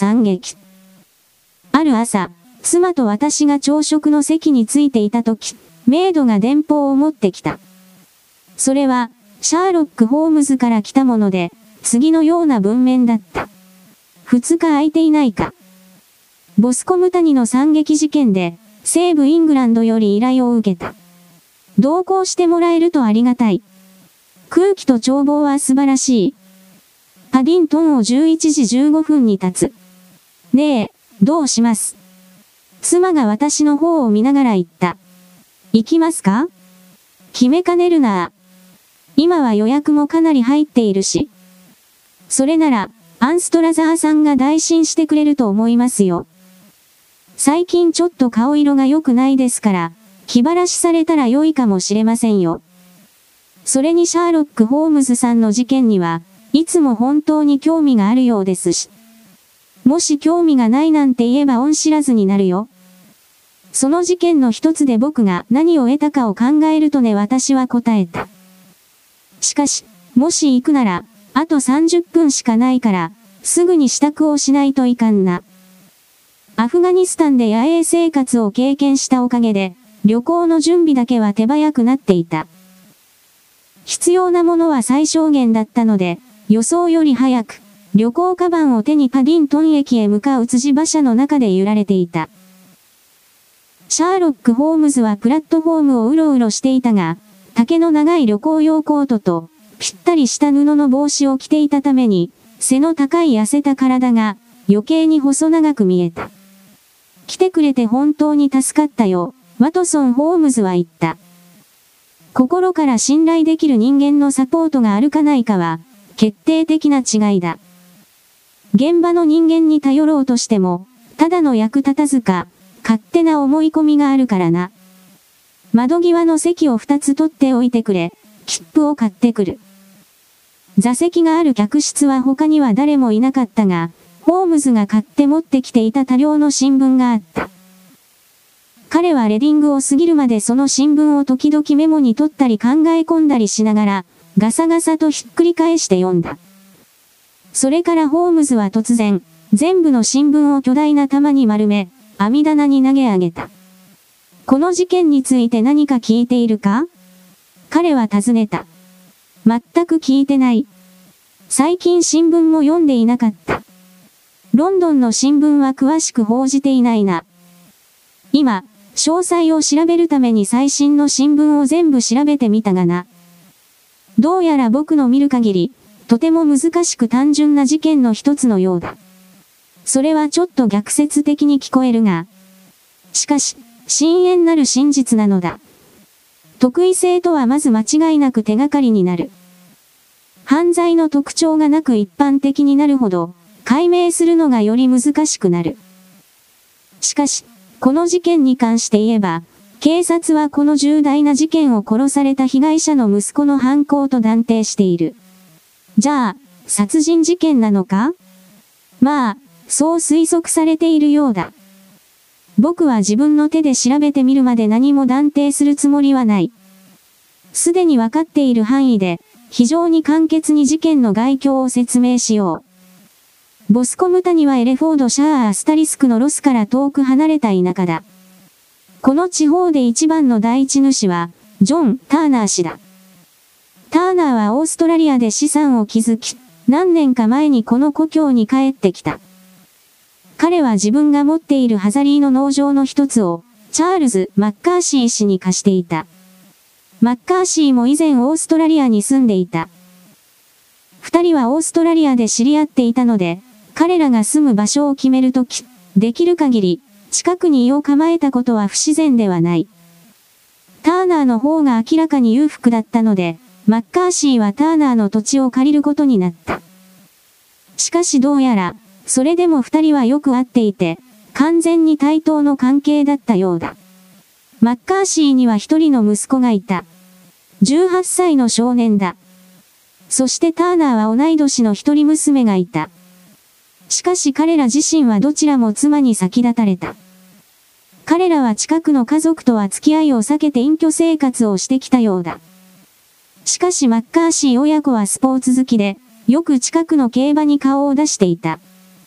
惨劇。ある朝、妻と私が朝食の席についていたとき、メイドが電報を持ってきた。それは、シャーロック・ホームズから来たもので、次のような文面だった。2日空いていないか。ボスコム谷の惨劇事件で、西部イングランドより依頼を受けた。同行してもらえるとありがたい。空気と眺望は素晴らしい。パディントンを11時15分に立つ。ねえ、どうします？妻が私の方を見ながら言った。行きますか？決めかねるな。今は予約もかなり入っているし。それなら、アンストラザーさんが代診してくれると思いますよ。最近ちょっと顔色が良くないですから、気晴らしされたら良いかもしれませんよ。それにシャーロック・ホームズさんの事件には、いつも本当に興味があるようですし。もし興味がないなんて言えば恩知らずになるよ。その事件の一つで僕が何を得たかを考えるとね、私は答えた。しかし、もし行くなら、あと30分しかないから、すぐに支度をしないといかんな。アフガニスタンで野営生活を経験したおかげで、旅行の準備だけは手早くなっていた。必要なものは最小限だったので、予想より早く、旅行カバンを手にパディントン駅へ向かう辻馬車の中で揺られていた。シャーロック・ホームズはプラットフォームをうろうろしていたが、丈の長い旅行用コートと、ぴったりした布の帽子を着ていたために、背の高い痩せた体が、余計に細長く見えた。来てくれて本当に助かったよ、ワトソン・ホームズは言った。心から信頼できる人間のサポートがあるかないかは、決定的な違いだ。現場の人間に頼ろうとしても、ただの役立たずか、勝手な思い込みがあるからな。窓際の席を2つ取っておいてくれ、切符を買ってくる。座席がある客室は他には誰もいなかったが、ホームズが買って持ってきていた多量の新聞があった。彼はレディングを過ぎるまでその新聞を時々メモに取ったり考え込んだりしながら、ガサガサとひっくり返して読んだ。それからホームズは突然、全部の新聞を巨大な玉に丸め、網棚に投げ上げた。この事件について何か聞いているか？彼は尋ねた。全く聞いてない。最近新聞も読んでいなかった。ロンドンの新聞は詳しく報じていないな。今、詳細を調べるために最新の新聞を全部調べてみたがな。どうやら僕の見る限り、とても難しく単純な事件の一つのようだ。それはちょっと逆説的に聞こえるが。しかし、深遠なる真実なのだ。特異性とはまず間違いなく手がかりになる。犯罪の特徴がなく一般的になるほど、解明するのがより難しくなる。しかし、この事件に関して言えば、警察はこの重大な事件を殺された被害者の息子の犯行と断定している。じゃあ、殺人事件なのか？まあ、そう推測されているようだ。僕は自分の手で調べてみるまで何も断定するつもりはない。すでにわかっている範囲で、非常に簡潔に事件の概況を説明しよう。ボスコム谷はエレフォードシャーアスタリスクのロスから遠く離れた田舎だ。この地方で一番の第一主は、ジョン・ターナー氏だ。ターナーはオーストラリアで資産を築き、何年か前にこの故郷に帰ってきた。彼は自分が持っているハザリーの農場の一つを、チャールズ・マッカーシー氏に貸していた。マッカーシーも以前オーストラリアに住んでいた。二人はオーストラリアで知り合っていたので、彼らが住む場所を決めるとき、できる限り、近くに家を構えたことは不自然ではない。ターナーの方が明らかに裕福だったので、マッカーシーはターナーの土地を借りることになった。しかしどうやら、それでも二人はよく会っていて、完全に対等の関係だったようだ。マッカーシーには一人の息子がいた。18歳の少年だ。そしてターナーは同い年の一人娘がいた。しかし彼ら自身はどちらも妻に先立たれた。彼らは近くの家族とは付き合いを避けて隠居生活をしてきたようだ。しかしマッカーシー親子はスポーツ好きで、よく近くの競馬に顔を出していた。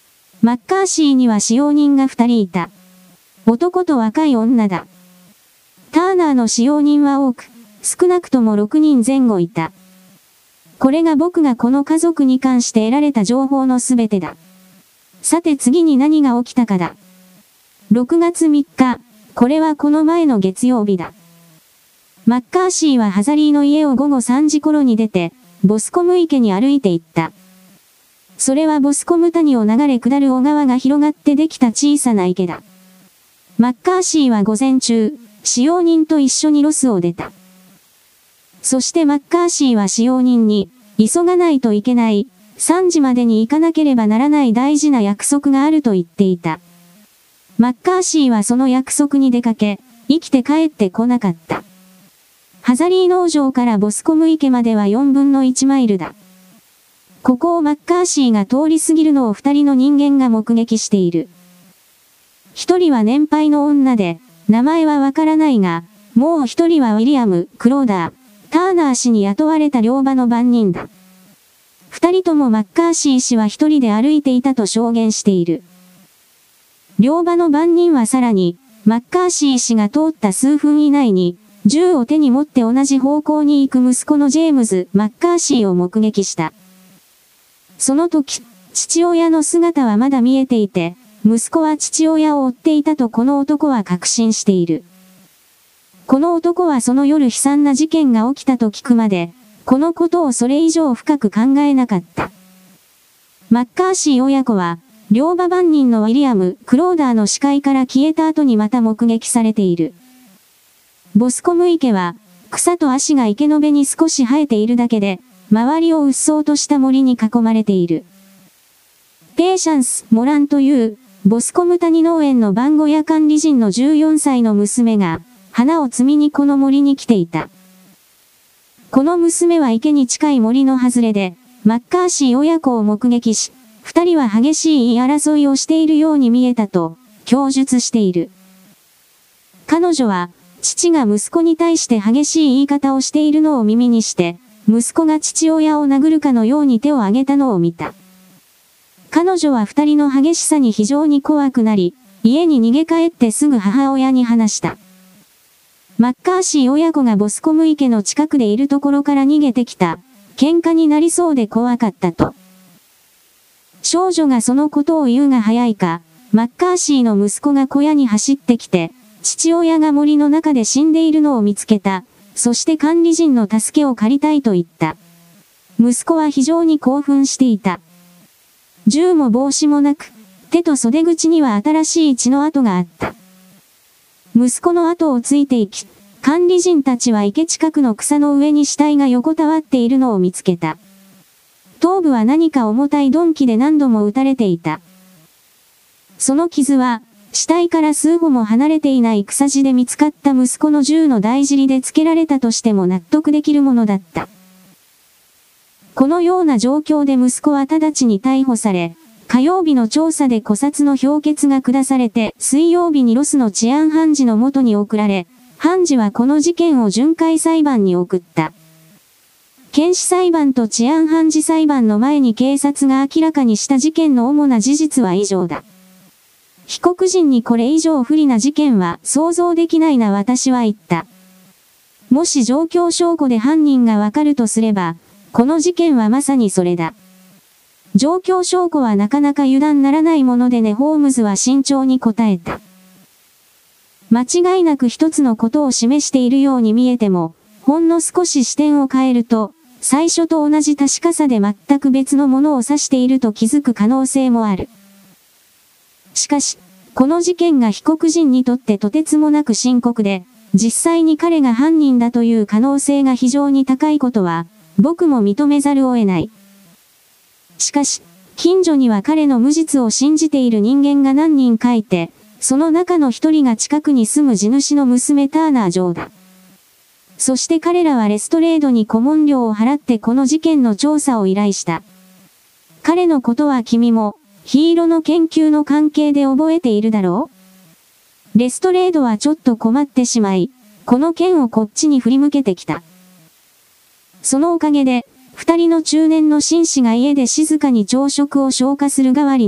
マッカーシーには使用人が2人いた。男と若い女だ。ターナーの使用人は多く、少なくとも6人前後いた。これが僕がこの家族に関して得られた情報のすべてだ。さて次に何が起きたかだ。6月3日、これはこの前の月曜日だ。マッカーシーはハザリーの家を午後3時頃に出て、ボスコム池に歩いて行った。それはボスコム谷を流れ下る小川が広がってできた小さな池だ。マッカーシーは午前中、使用人と一緒にロスを出た。そしてマッカーシーは使用人に、急がないといけない、3時までに行かなければならない大事な約束があると言っていた。マッカーシーはその約束に出かけ、生きて帰ってこなかった。ハザリー農場からボスコム池までは4分の1マイルだ。ここをマッカーシーが通り過ぎるのを2人の人間が目撃している。1人は年配の女で、名前はわからないが、もう1人はウィリアム・クローダー、ターナー氏に雇われた漁場の番人だ。2人ともマッカーシー氏は1人で歩いていたと証言している。漁場の番人はさらに、マッカーシー氏が通った数分以内に、銃を手に持って同じ方向に行く息子のジェームズ・マッカーシーを目撃した。その時、父親の姿はまだ見えていて、息子は父親を追っていたとこの男は確信している。この男はその夜悲惨な事件が起きたと聞くまで、このことをそれ以上深く考えなかった。マッカーシー親子は、漁場番人のウィリアム・クローダーの視界から消えた後にまた目撃されている。ボスコム池は、草と足が池の辺に少し生えているだけで、周りをうっそうとした森に囲まれている。ペーシャンス・モランという、ボスコム谷農園の番小屋管理人の14歳の娘が、花を摘みにこの森に来ていた。この娘は池に近い森の外れで、マッカーシー親子を目撃し、二人は激しい言い争いをしているように見えたと、供述している。彼女は、父が息子に対して激しい言い方をしているのを耳にして、息子が父親を殴るかのように手を挙げたのを見た。彼女は二人の激しさに非常に怖くなり、家に逃げ帰ってすぐ母親に話した。マッカーシー親子がボスコム池の近くでいるところから逃げてきた。喧嘩になりそうで怖かったと。少女がそのことを言うが早いか、マッカーシーの息子が小屋に走ってきて、父親が森の中で死んでいるのを見つけた。そして管理人の助けを借りたいと言った。息子は非常に興奮していた。銃も帽子もなく、手と袖口には新しい血の跡があった。息子の後をついていき、管理人たちは池近くの草の上に死体が横たわっているのを見つけた。頭部は何か重たい鈍器で何度も撃たれていた。その傷は、死体から数歩も離れていない草地で見つかった息子の銃の大尻でつけられたとしても納得できるものだった。このような状況で息子は直ちに逮捕され、火曜日の調査で古刹の評決が下されて、水曜日にロスの治安判事の元に送られ、判事はこの事件を巡回裁判に送った。検視裁判と治安判事裁判の前に警察が明らかにした事件の主な事実は以上だ。被告人にこれ以上不利な事件は想像できないな私は言った。もし状況証拠で犯人がわかるとすれば、この事件はまさにそれだ。状況証拠はなかなか油断ならないものでねホームズは慎重に答えた。間違いなく一つのことを示しているように見えても、ほんの少し視点を変えると、最初と同じ確かさで全く別のものを指していると気づく可能性もある。しかし、この事件が被告人にとってとてつもなく深刻で、実際に彼が犯人だという可能性が非常に高いことは、僕も認めざるを得ない。しかし、近所には彼の無実を信じている人間が何人かいて、その中の一人が近くに住む地主の娘ターナー嬢だ。そして彼らはレストレードに顧問料を払ってこの事件の調査を依頼した。彼のことは君も、ヒーローの研究の関係で覚えているだろう？レストレードはちょっと困ってしまい、この件をこっちに振り向けてきた。そのおかげで、二人の中年の紳士が家で静かに朝食を消化する代わりに、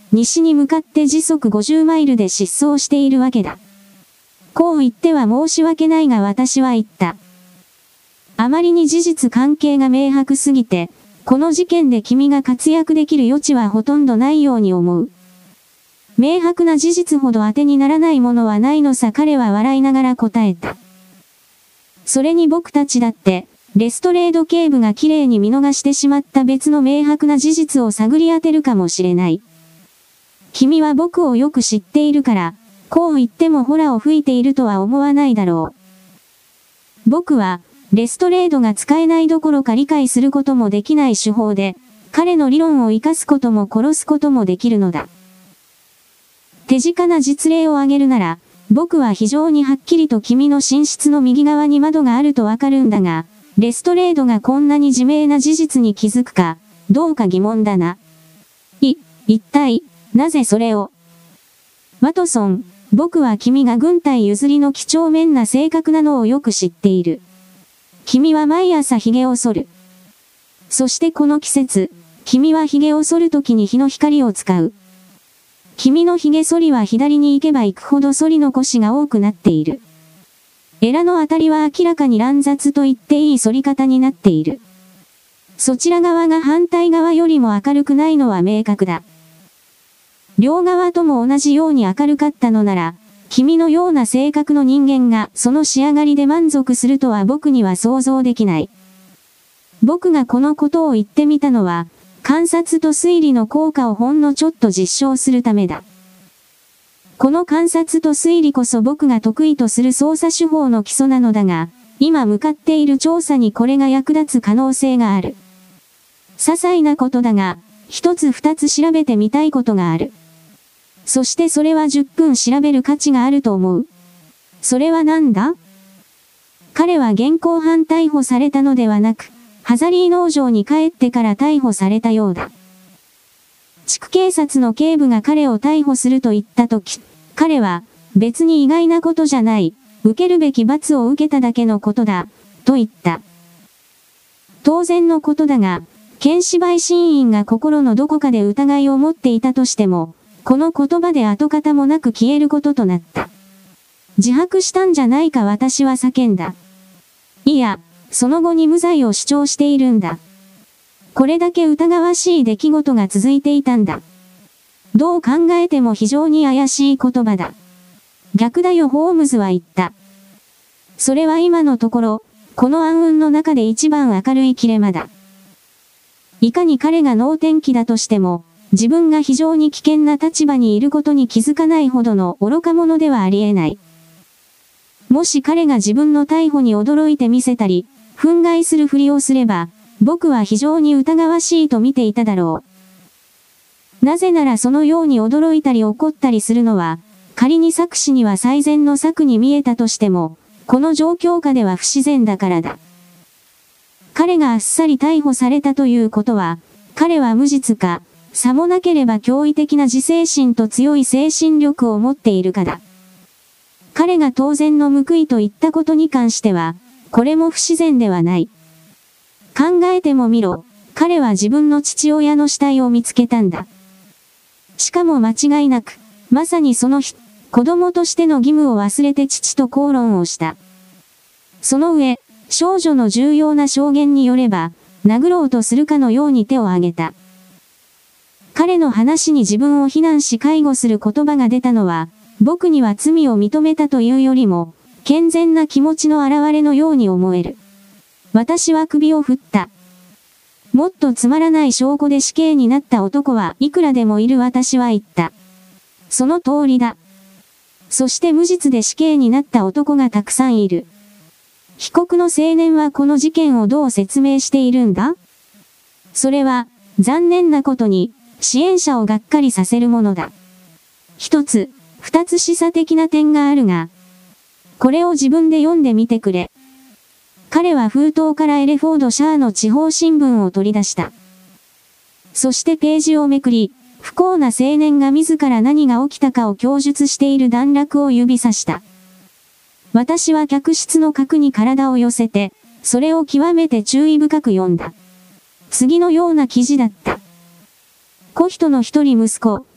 西に向かって時速50マイルで疾走しているわけだ。こう言っては申し訳ないが私は言った。あまりに事実関係が明白すぎて、この事件で君が活躍できる余地はほとんどないように思う。明白な事実ほど当てにならないものはないのさ、彼は笑いながら答えた。それに僕たちだって、レストレード警部が綺麗に見逃してしまった別の明白な事実を探り当てるかもしれない。君は僕をよく知っているから、こう言ってもホラを吹いているとは思わないだろう。僕は、レストレードが使えないどころか理解することもできない手法で、彼の理論を生かすことも殺すこともできるのだ。手近な実例を挙げるなら、僕は非常にはっきりと君の寝室の右側に窓があるとわかるんだが、レストレードがこんなに自明な事実に気づくか、どうか疑問だな。一体、なぜそれを？ワトソン、僕は君が軍隊譲りの几帳面な性格なのをよく知っている。君は毎朝髭を剃る。そしてこの季節、君は髭を剃るときに日の光を使う。君の髭剃りは左に行けば行くほど剃り残しが多くなっている。エラのあたりは明らかに乱雑と言っていい剃り方になっている。そちら側が反対側よりも明るくないのは明確だ。両側とも同じように明るかったのなら、君のような性格の人間がその仕上がりで満足するとは僕には想像できない。僕がこのことを言ってみたのは、観察と推理の効果をほんのちょっと実証するためだ。この観察と推理こそ僕が得意とする捜査手法の基礎なのだが、今向かっている調査にこれが役立つ可能性がある。些細なことだが、一つ二つ調べてみたいことがある。そしてそれは10分調べる価値があると思う。それは何だ？彼は現行犯逮捕されたのではなく、ハザリー農場に帰ってから逮捕されたようだ。地区警察の警部が彼を逮捕すると言ったとき、彼は、別に意外なことじゃない、受けるべき罰を受けただけのことだ、と言った。当然のことだが、検視陪審員が心のどこかで疑いを持っていたとしても、この言葉で跡形もなく消えることとなった。自白したんじゃないか私は叫んだ。いや、その後に無罪を主張しているんだ。これだけ疑わしい出来事が続いていたんだ。どう考えても非常に怪しい言葉だ。逆だよホームズは言った。それは今のところ、この暗雲の中で一番明るい切れ間だ。いかに彼が能天気だとしても、自分が非常に危険な立場にいることに気づかないほどの愚か者ではありえない。もし彼が自分の逮捕に驚いてみせたり、憤慨するふりをすれば、僕は非常に疑わしいと見ていただろう。なぜならそのように驚いたり怒ったりするのは、仮に策士には最善の策に見えたとしても、この状況下では不自然だからだ。彼があっさり逮捕されたということは、彼は無実か、さもなければ驚異的な自制心と強い精神力を持っているかだ。彼が当然の報いと言ったことに関しては、これも不自然ではない。考えてもみろ、彼は自分の父親の死体を見つけたんだ。しかも間違いなく、まさにその日、子供としての義務を忘れて父と口論をした。その上、少女の重要な証言によれば、殴ろうとするかのように手を挙げた。彼の話に自分を非難し介護する言葉が出たのは、僕には罪を認めたというよりも、健全な気持ちの表れのように思える。私は首を振った。もっとつまらない証拠で死刑になった男はいくらでもいる私は言った。その通りだ。そして無実で死刑になった男がたくさんいる。被告の青年はこの事件をどう説明しているんだ？それは、残念なことに、支援者をがっかりさせるものだ。一つ、二つ示唆的な点があるが、これを自分で読んでみてくれ。彼は封筒からエレフォードシャーの地方新聞を取り出した。そしてページをめくり、不幸な青年が自ら何が起きたかを供述している段落を指さした。私は客室の角に体を寄せて、それを極めて注意深く読んだ。次のような記事だった。小人の一人息子、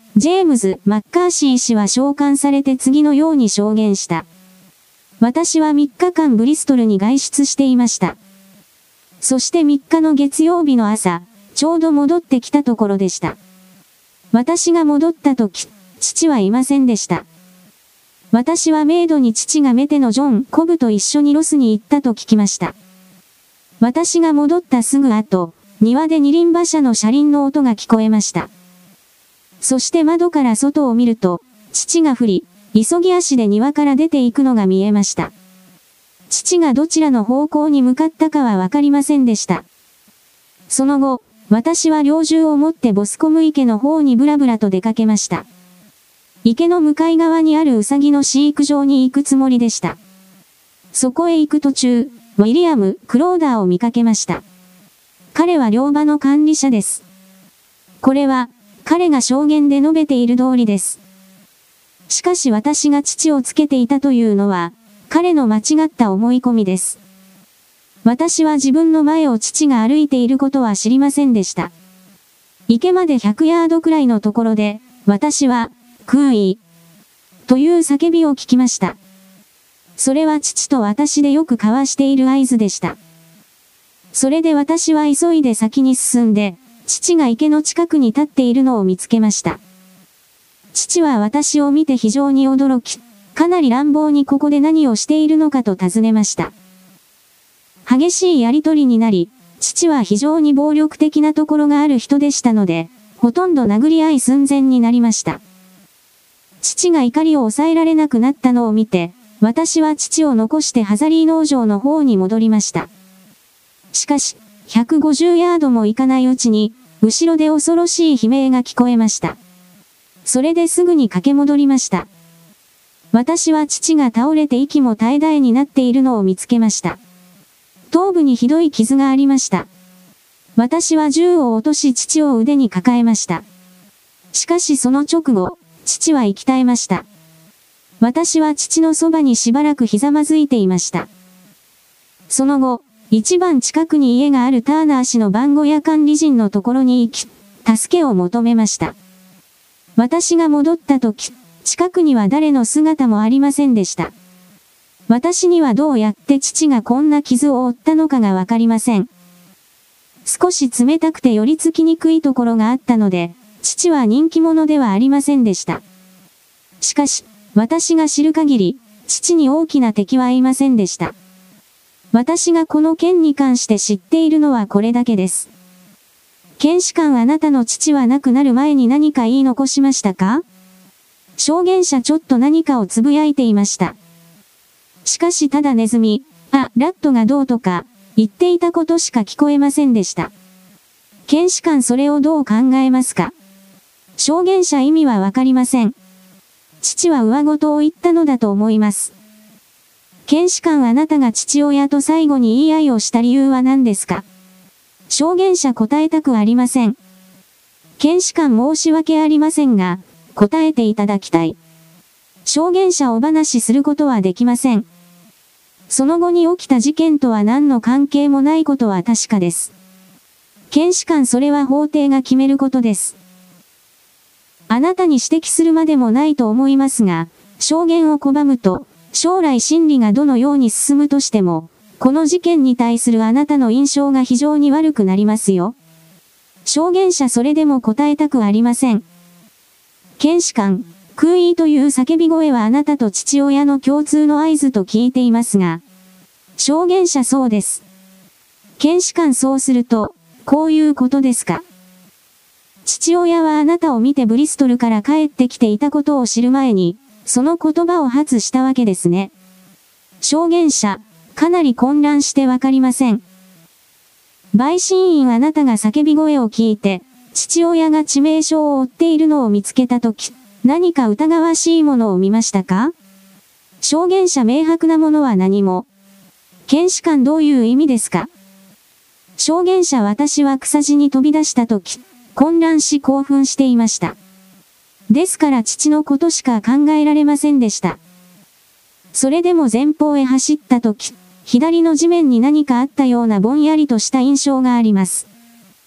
ジェームズ・マッカーシー氏は召喚されて次のように証言した。私は3日間ブリストルに外出していました。そして3日の月曜日の朝、ちょうど戻ってきたところでした。私が戻った時、父はいませんでした。私はメイドに父がメテのジョン・コブと一緒にロスに行ったと聞きました。私が戻ったすぐ後、庭で二輪馬車の車輪の音が聞こえました。そして窓から外を見ると、父が降り、急ぎ足で庭から出て行くのが見えました。父がどちらの方向に向かったかはわかりませんでした。その後、私は猟銃を持ってボスコム池の方にブラブラと出かけました。池の向かい側にあるウサギの飼育場に行くつもりでした。そこへ行く途中、ウィリアム・クローダーを見かけました。彼は猟場の管理者です。これは、彼が証言で述べている通りです。しかし私が父をつけていたというのは、彼の間違った思い込みです。私は自分の前を父が歩いていることは知りませんでした。池まで100ヤードくらいのところで、私は、クーイーという叫びを聞きました。それは父と私でよく交わしている合図でした。それで私は急いで先に進んで、父が池の近くに立っているのを見つけました。父は私を見て非常に驚き、かなり乱暴にここで何をしているのかと尋ねました。激しいやりとりになり、父は非常に暴力的なところがある人でしたので、ほとんど殴り合い寸前になりました。父が怒りを抑えられなくなったのを見て、私は父を残してハザリー農場の方に戻りました。しかし、150ヤードも行かないうちに、後ろで恐ろしい悲鳴が聞こえました。それですぐに駆け戻りました。私は父が倒れて息も絶え絶えになっているのを見つけました。頭部にひどい傷がありました。私は銃を落とし父を腕に抱えました。しかしその直後、父は息絶えました。私は父のそばにしばらくひざまずいていました。その後、一番近くに家があるターナー氏の番小屋管理人のところに行き、助けを求めました。私が戻った時、近くには誰の姿もありませんでした。私にはどうやって父がこんな傷を負ったのかがわかりません。少し冷たくて寄りつきにくいところがあったので、父は人気者ではありませんでした。しかし、私が知る限り、父に大きな敵はいませんでした。私がこの件に関して知っているのはこれだけです。検視官あなたの父は亡くなる前に何か言い残しましたか？証言者ちょっと何かをつぶやいていました。しかしただネズミ、ラットがどうとか、言っていたことしか聞こえませんでした。検視官それをどう考えますか？証言者意味はわかりません。父は上事を言ったのだと思います。検視官あなたが父親と最後に言い合いをした理由は何ですか？証言者答えたくありません。検視官申し訳ありませんが、答えていただきたい。証言者お話しすることはできません。その後に起きた事件とは何の関係もないことは確かです。検視官それは法廷が決めることです。あなたに指摘するまでもないと思いますが、証言を拒むと、将来審理がどのように進むとしても、この事件に対するあなたの印象が非常に悪くなりますよ。証言者それでも答えたくありません。検視官、クーイーという叫び声はあなたと父親の共通の合図と聞いていますが、証言者そうです。検視官そうすると、こういうことですか。父親はあなたを見てブリストルから帰ってきていたことを知る前に、その言葉を発したわけですね。証言者、かなり混乱してわかりません。陪審員あなたが叫び声を聞いて、父親が致命傷を負っているのを見つけたとき、何か疑わしいものを見ましたか？証言者明白なものは何も。検視官どういう意味ですか？証言者私は草地に飛び出したとき、混乱し興奮していました。ですから父のことしか考えられませんでした。それでも前方へ走ったとき、左の地面に何かあったようなぼんやりとした印象があります。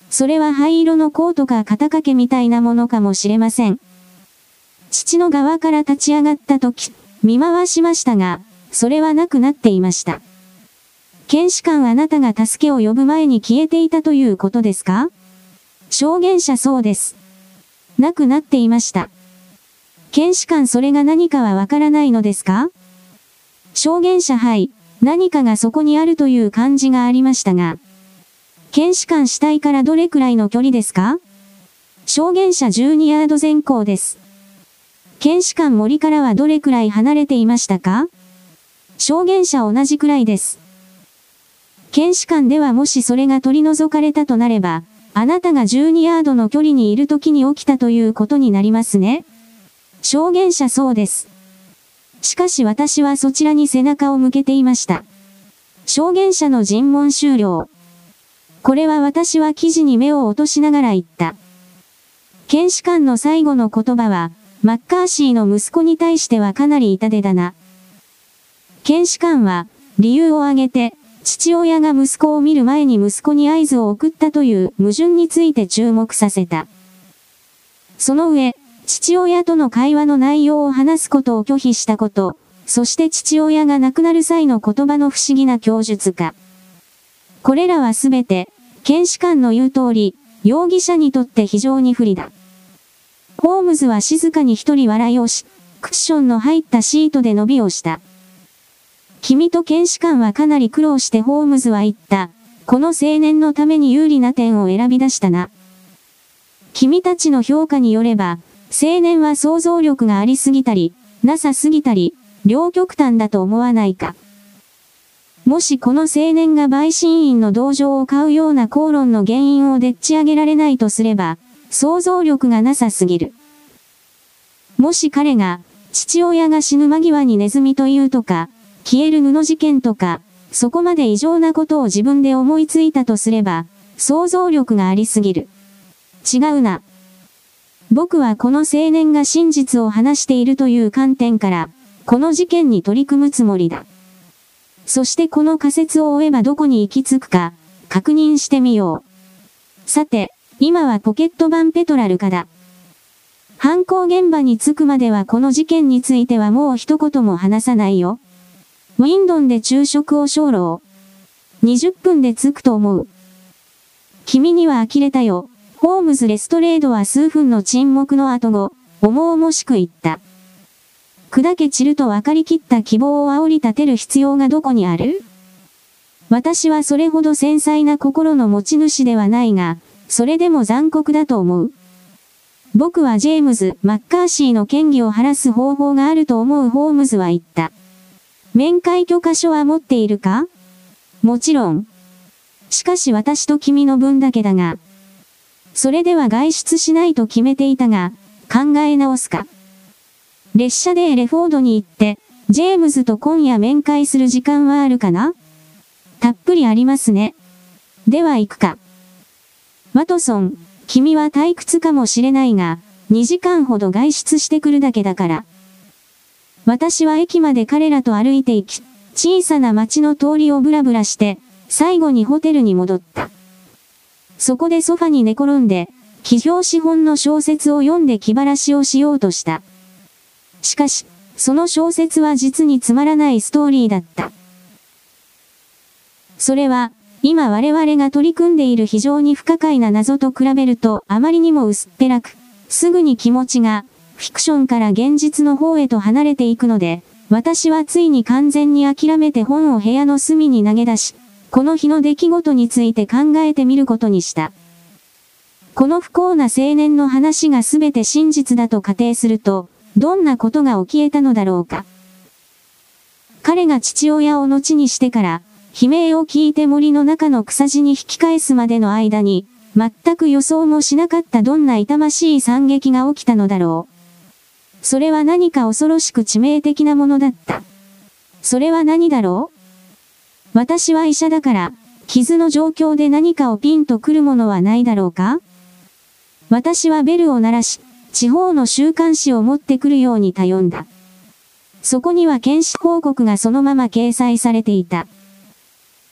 それは灰色のコートか肩掛けみたいなものかもしれません。父の側から立ち上がったとき、見回しましたが、それはなくなっていました。検視官あなたが助けを呼ぶ前に消えていたということですか？証言者そうです。なくなっていました。検視官それが何かはわからないのですか？証言者はい、何かがそこにあるという感じがありましたが。検視官死体からどれくらいの距離ですか？証言者12ヤード前後です。検視官森からはどれくらい離れていましたか？証言者同じくらいです。検視官ではもしそれが取り除かれたとなれば、あなたが12ヤードの距離にいる時に起きたということになりますね。証言者そうです。しかし私はそちらに背中を向けていました。証言者の尋問終了。これは私は記事に目を落としながら言った。検視官の最後の言葉は、マッカーシーの息子に対してはかなり痛手だな。検視官は、理由を挙げて、父親が息子を見る前に息子に合図を送ったという矛盾について注目させた。その上、父親との会話の内容を話すことを拒否したこと、そして父親が亡くなる際の言葉の不思議な供述か。これらはすべて、検視官の言う通り、容疑者にとって非常に不利だ。ホームズは静かに一人笑いをし、クッションの入ったシートで伸びをした。君と検視官はかなり苦労してホームズは言った。この青年のために有利な点を選び出したな。君たちの評価によれば、青年は想像力がありすぎたり、なさすぎたり、両極端だと思わないか。もしこの青年が陪審員の同情を買うような口論の原因をでっち上げられないとすれば、想像力がなさすぎる。もし彼が、父親が死ぬ間際にネズミというとか、消える布事件とか、そこまで異常なことを自分で思いついたとすれば、想像力がありすぎる。違うな。僕はこの青年が真実を話しているという観点から、この事件に取り組むつもりだ。そしてこの仮説を追えばどこに行き着くか、確認してみよう。さて、今はポケット版ペトラルカだ。犯行現場に着くまではこの事件についてはもう一言も話さないよ。ウィンドンで昼食を小籠。20分で着くと思う。君には呆れたよ。ホームズ・レストレードは数分の沈黙の後後、重々しく言った。砕け散ると分かりきった希望を煽り立てる必要がどこにある？私はそれほど繊細な心の持ち主ではないが、それでも残酷だと思う。僕はジェームズ・マッカーシーの嫌疑を晴らす方法があると思う。ホームズは言った。面会許可書は持っているか？もちろん。しかし私と君の分だけだが。それでは外出しないと決めていたが、考え直すか。列車でエレフォードに行って、ジェームズと今夜面会する時間はあるかな？たっぷりありますね。では行くか。ワトソン、君は退屈かもしれないが、2時間ほど外出してくるだけだから。私は駅まで彼らと歩いて行き、小さな町の通りをブラブラして、最後にホテルに戻った。そこでソファに寝転んで、批評資本の小説を読んで気晴らしをしようとした。しかし、その小説は実につまらないストーリーだった。それは、今我々が取り組んでいる非常に不可解な謎と比べるとあまりにも薄っぺらく、すぐに気持ちが、フィクションから現実の方へと離れていくので、私はついに完全に諦めて本を部屋の隅に投げ出し、この日の出来事について考えてみることにした。この不幸な青年の話がすべて真実だと仮定すると、どんなことが起き得たのだろうか。彼が父親を後にしてから、悲鳴を聞いて森の中の草地に引き返すまでの間に、全く予想もしなかったどんな痛ましい惨劇が起きたのだろう。それは何か恐ろしく致命的なものだった。それは何だろう？私は医者だから、傷の状況で何かをピンとくるものはないだろうか？私はベルを鳴らし、地方の週刊誌を持ってくるように頼んだ。そこには検視報告がそのまま掲載されていた。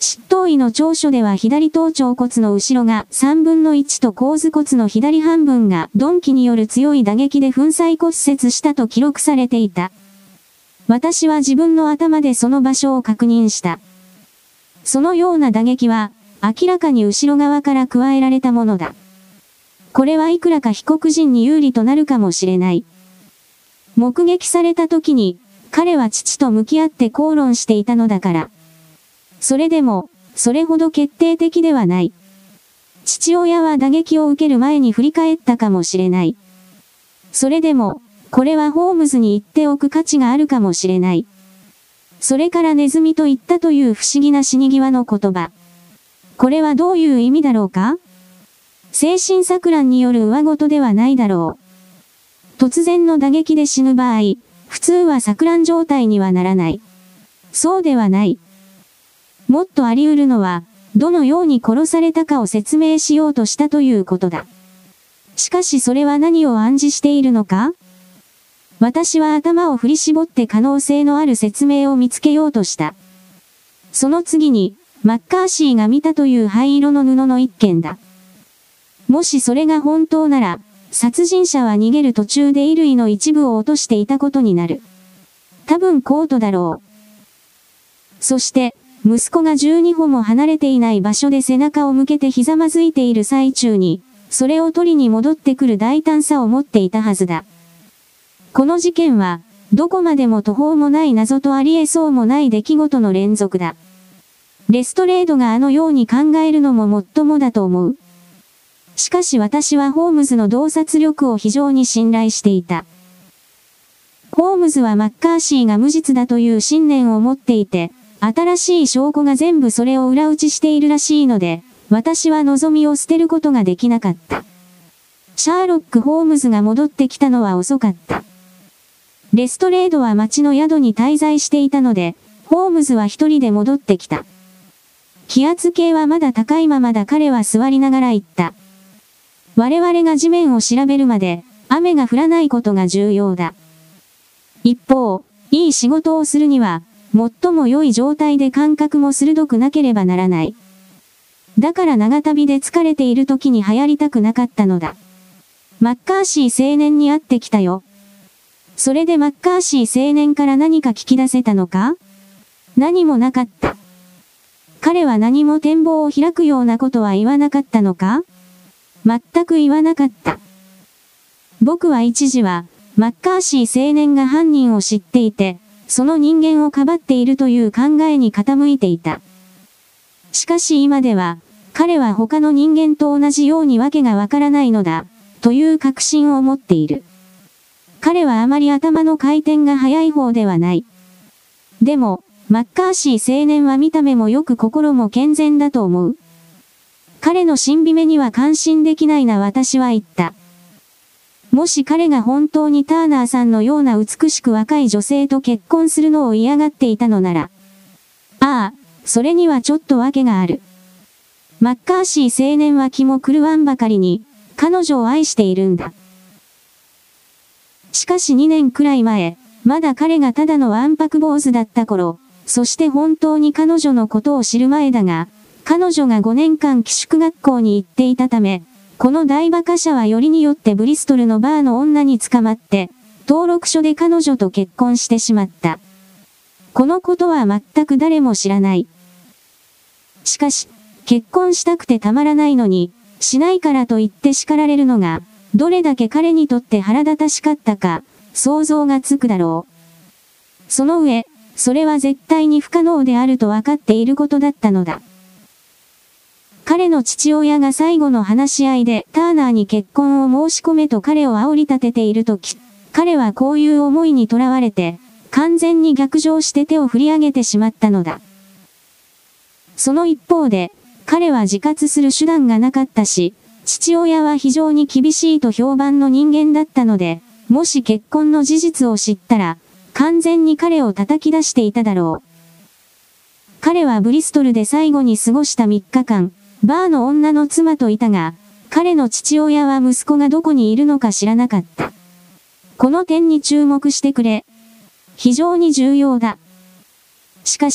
執刀医の調書では左頭頂骨の後ろが3分の1と後頭骨の左半分が鈍器による強い打撃で粉砕骨折したと記録されていた。私は自分の頭でその場所を確認した。そのような打撃は明らかに後ろ側から加えられたものだ。これはいくらか被告人に有利となるかもしれない。目撃された時に彼は父と向き合って口論していたのだから。それでも、それほど決定的ではない。父親は打撃を受ける前に振り返ったかもしれない。それでも、これはホームズに言っておく価値があるかもしれない。それからネズミと言ったという不思議な死に際の言葉。これはどういう意味だろうか？精神錯乱による上事ではないだろう。突然の打撃で死ぬ場合、普通は錯乱状態にはならない。そうではない。もっとあり得るのは、どのように殺されたかを説明しようとしたということだ。しかしそれは何を暗示しているのか？私は頭を振り絞って可能性のある説明を見つけようとした。その次に、マッカーシーが見たという灰色の布の一件だ。もしそれが本当なら、殺人者は逃げる途中で衣類の一部を落としていたことになる。多分コートだろう。そして、息子が12歩も離れていない場所で背中を向けてひざまずいている最中に、それを取りに戻ってくる大胆さを持っていたはずだ。この事件は、どこまでも途方もない謎とあり得そうもない出来事の連続だ。レストレードがあのように考えるのももっともだと思う。しかし私はホームズの洞察力を非常に信頼していた。ホームズはマッカーシーが無実だという信念を持っていて、新しい証拠が全部それを裏打ちしているらしいので、私は望みを捨てることができなかった。シャーロック・ホームズが戻ってきたのは遅かった。レストレードは町の宿に滞在していたので、ホームズは一人で戻ってきた。気圧計はまだ高いままだ。彼は座りながら言った。我々が地面を調べるまで、雨が降らないことが重要だ。一方、いい仕事をするには、最も良い状態で感覚も鋭くなければならない。だから長旅で疲れている時に流行りたくなかったのだ。マッカーシー青年に会ってきたよ。それでマッカーシー青年から何か聞き出せたのか？何もなかった。彼は何も展望を開くようなことは言わなかったのか？全く言わなかった。僕は一時は、マッカーシー青年が犯人を知っていて、その人間をかばっているという考えに傾いていた。しかし今では、彼は他の人間と同じようにわけがわからないのだ、という確信を持っている。彼はあまり頭の回転が速い方ではない。でも、マッカーシー青年は見た目もよく心も健全だと思う。彼の神秘目には感心できないな私は言った。もし彼が本当にターナーさんのような美しく若い女性と結婚するのを嫌がっていたのなら。ああ、それにはちょっと訳がある。マッカーシー青年は気も狂わんばかりに、彼女を愛しているんだ。しかし2年くらい前、まだ彼がただのわんぱく坊主だった頃、そして本当に彼女のことを知る前だが、彼女が5年間寄宿学校に行っていたため、この大馬鹿者はよりによってブリストルのバーの女に捕まって、登録書で彼女と結婚してしまった。このことは全く誰も知らない。しかし、結婚したくてたまらないのに、しないからと言って叱られるのが、どれだけ彼にとって腹立たしかったか、想像がつくだろう。その上、それは絶対に不可能であると分かっていることだったのだ。彼の父親が最後の話し合いでターナーに結婚を申し込めと彼を煽り立てているとき、彼はこういう思いにとらわれて、完全に逆上して手を振り上げてしまったのだ。その一方で、彼は自活する手段がなかったし、父親は非常に厳しいと評判の人間だったので、もし結婚の事実を知ったら、完全に彼を叩き出していただろう。彼はブリストルで最後に過ごした3日間、バーの女の妻といたが、彼の父親は息子がどこにいるのか知らなかった。この点に注目してくれ。非常に重要だ。しかし、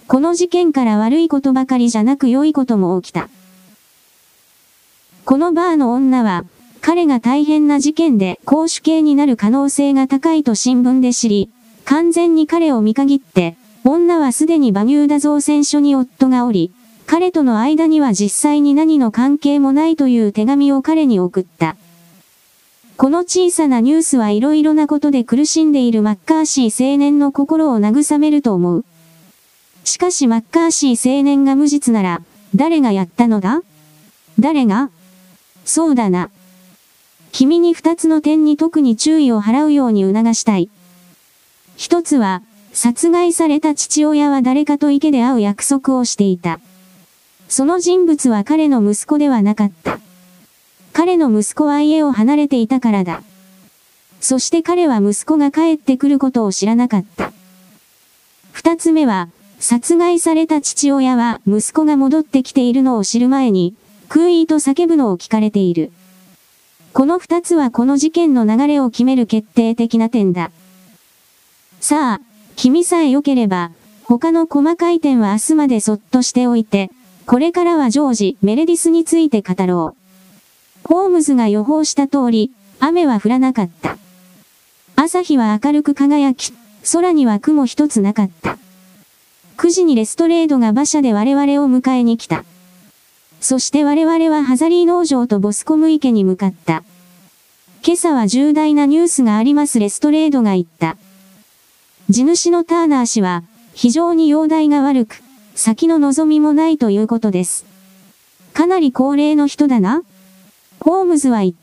この事件から悪いことばかりじゃなく良いことも起きた。このバーの女は、彼が大変な事件で絞首刑になる可能性が高いと新聞で知り、完全に彼を見限って、女はすでにバミューダ造船所に夫がおり、彼との間には実際に何の関係もないという手紙を彼に送った。この小さなニュースはいろいろなことで苦しんでいるマッカーシー青年の心を慰めると思う。しかしマッカーシー青年が無実なら、誰がやったのだ？誰が？そうだな。君に二つの点に特に注意を払うように促したい。一つは、殺害された父親は誰かと池で会う約束をしていた。その人物は彼の息子ではなかった。彼の息子は家を離れていたからだ。そして彼は息子が帰ってくることを知らなかった。二つ目は、殺害された父親は息子が戻ってきているのを知る前に、クイーと叫ぶのを聞かれている。この二つはこの事件の流れを決める決定的な点だ。さあ、君さえ良ければ、他の細かい点は明日までそっとしておいて、これからはジョージ・メレディスについて語ろう。ホームズが予報した通り、雨は降らなかった。朝日は明るく輝き、空には雲一つなかった。9時にレストレードが馬車で我々を迎えに来た。そして我々はハザリー農場とボスコム池に向かった。今朝は重大なニュースがありますレストレードが言った。地主のターナー氏は、非常に容体が悪く、先の望みもないということです。かなり高齢の人だな。ホームズは言った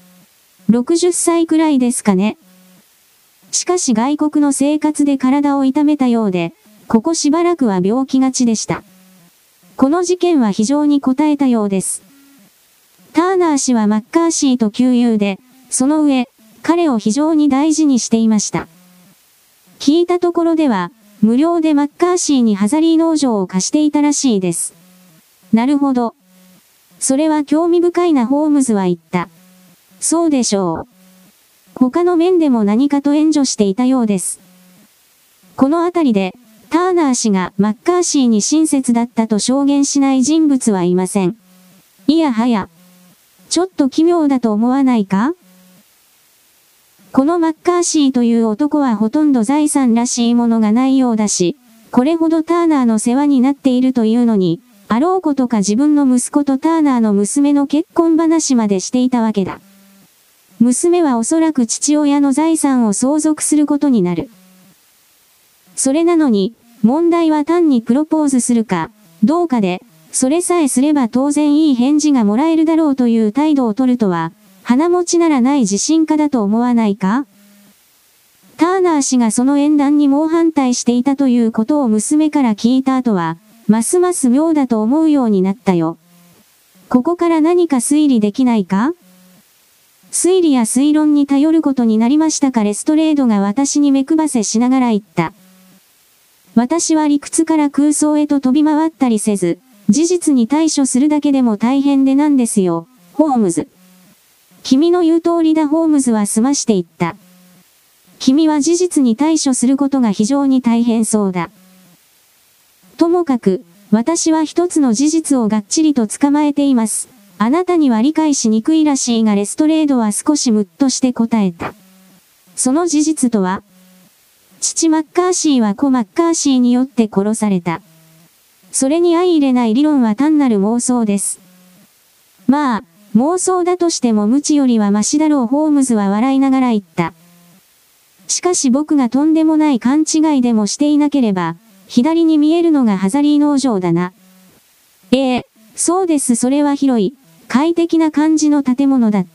。60歳くらいですかね。しかし外国の生活で体を痛めたようで、ここしばらくは病気がちでした。この事件は非常に応えたようです。ターナー氏はマッカーシーと旧友で、その上、彼を非常に大事にしていました。聞いたところでは、無料でマッカーシーにハザリー農場を貸していたらしいです。なるほど。それは興味深いなホームズは言った。そうでしょう。他の面でも何かと援助していたようです。このあたりで、ターナー氏がマッカーシーに親切だったと証言しない人物はいません。いやはや。ちょっと奇妙だと思わないか？このマッカーシーという男はほとんど財産らしいものがないようだし、これほどターナーの世話になっているというのに、あろうことか自分の息子とターナーの娘の結婚話までしていたわけだ。娘はおそらく父親の財産を相続することになる。それなのに、問題は単にプロポーズするか、どうかで、それさえすれば当然いい返事がもらえるだろうという態度を取るとは、鼻持ちならない自信家だと思わないか？ターナー氏がその縁談に猛反対していたということを娘から聞いた後は、ますます妙だと思うようになったよ。ここから何か推理できないか？推理や推論に頼ることになりましたかレストレードが私に目配せしながら言った。私は理屈から空想へと飛び回ったりせず、事実に対処するだけでも大変でなんですよ、ホームズ。君の言う通りだホームズは済まして言った。君は事実に対処することが非常に大変そうだ。ともかく、私は一つの事実をがっちりと捕まえています。あなたには理解しにくいらしいがレストレードは少しムッとして答えた。その事実とは？父マッカーシーは子マッカーシーによって殺された。それに相入れない理論は単なる妄想です。まあ、妄想だとしても無知よりはマシだろうホームズは笑いながら言った。しかし僕がとんでもない勘違いでもしていなければ、左に見えるのがハザリー農場だな。そうです。それは広い、快適な感じの建物だった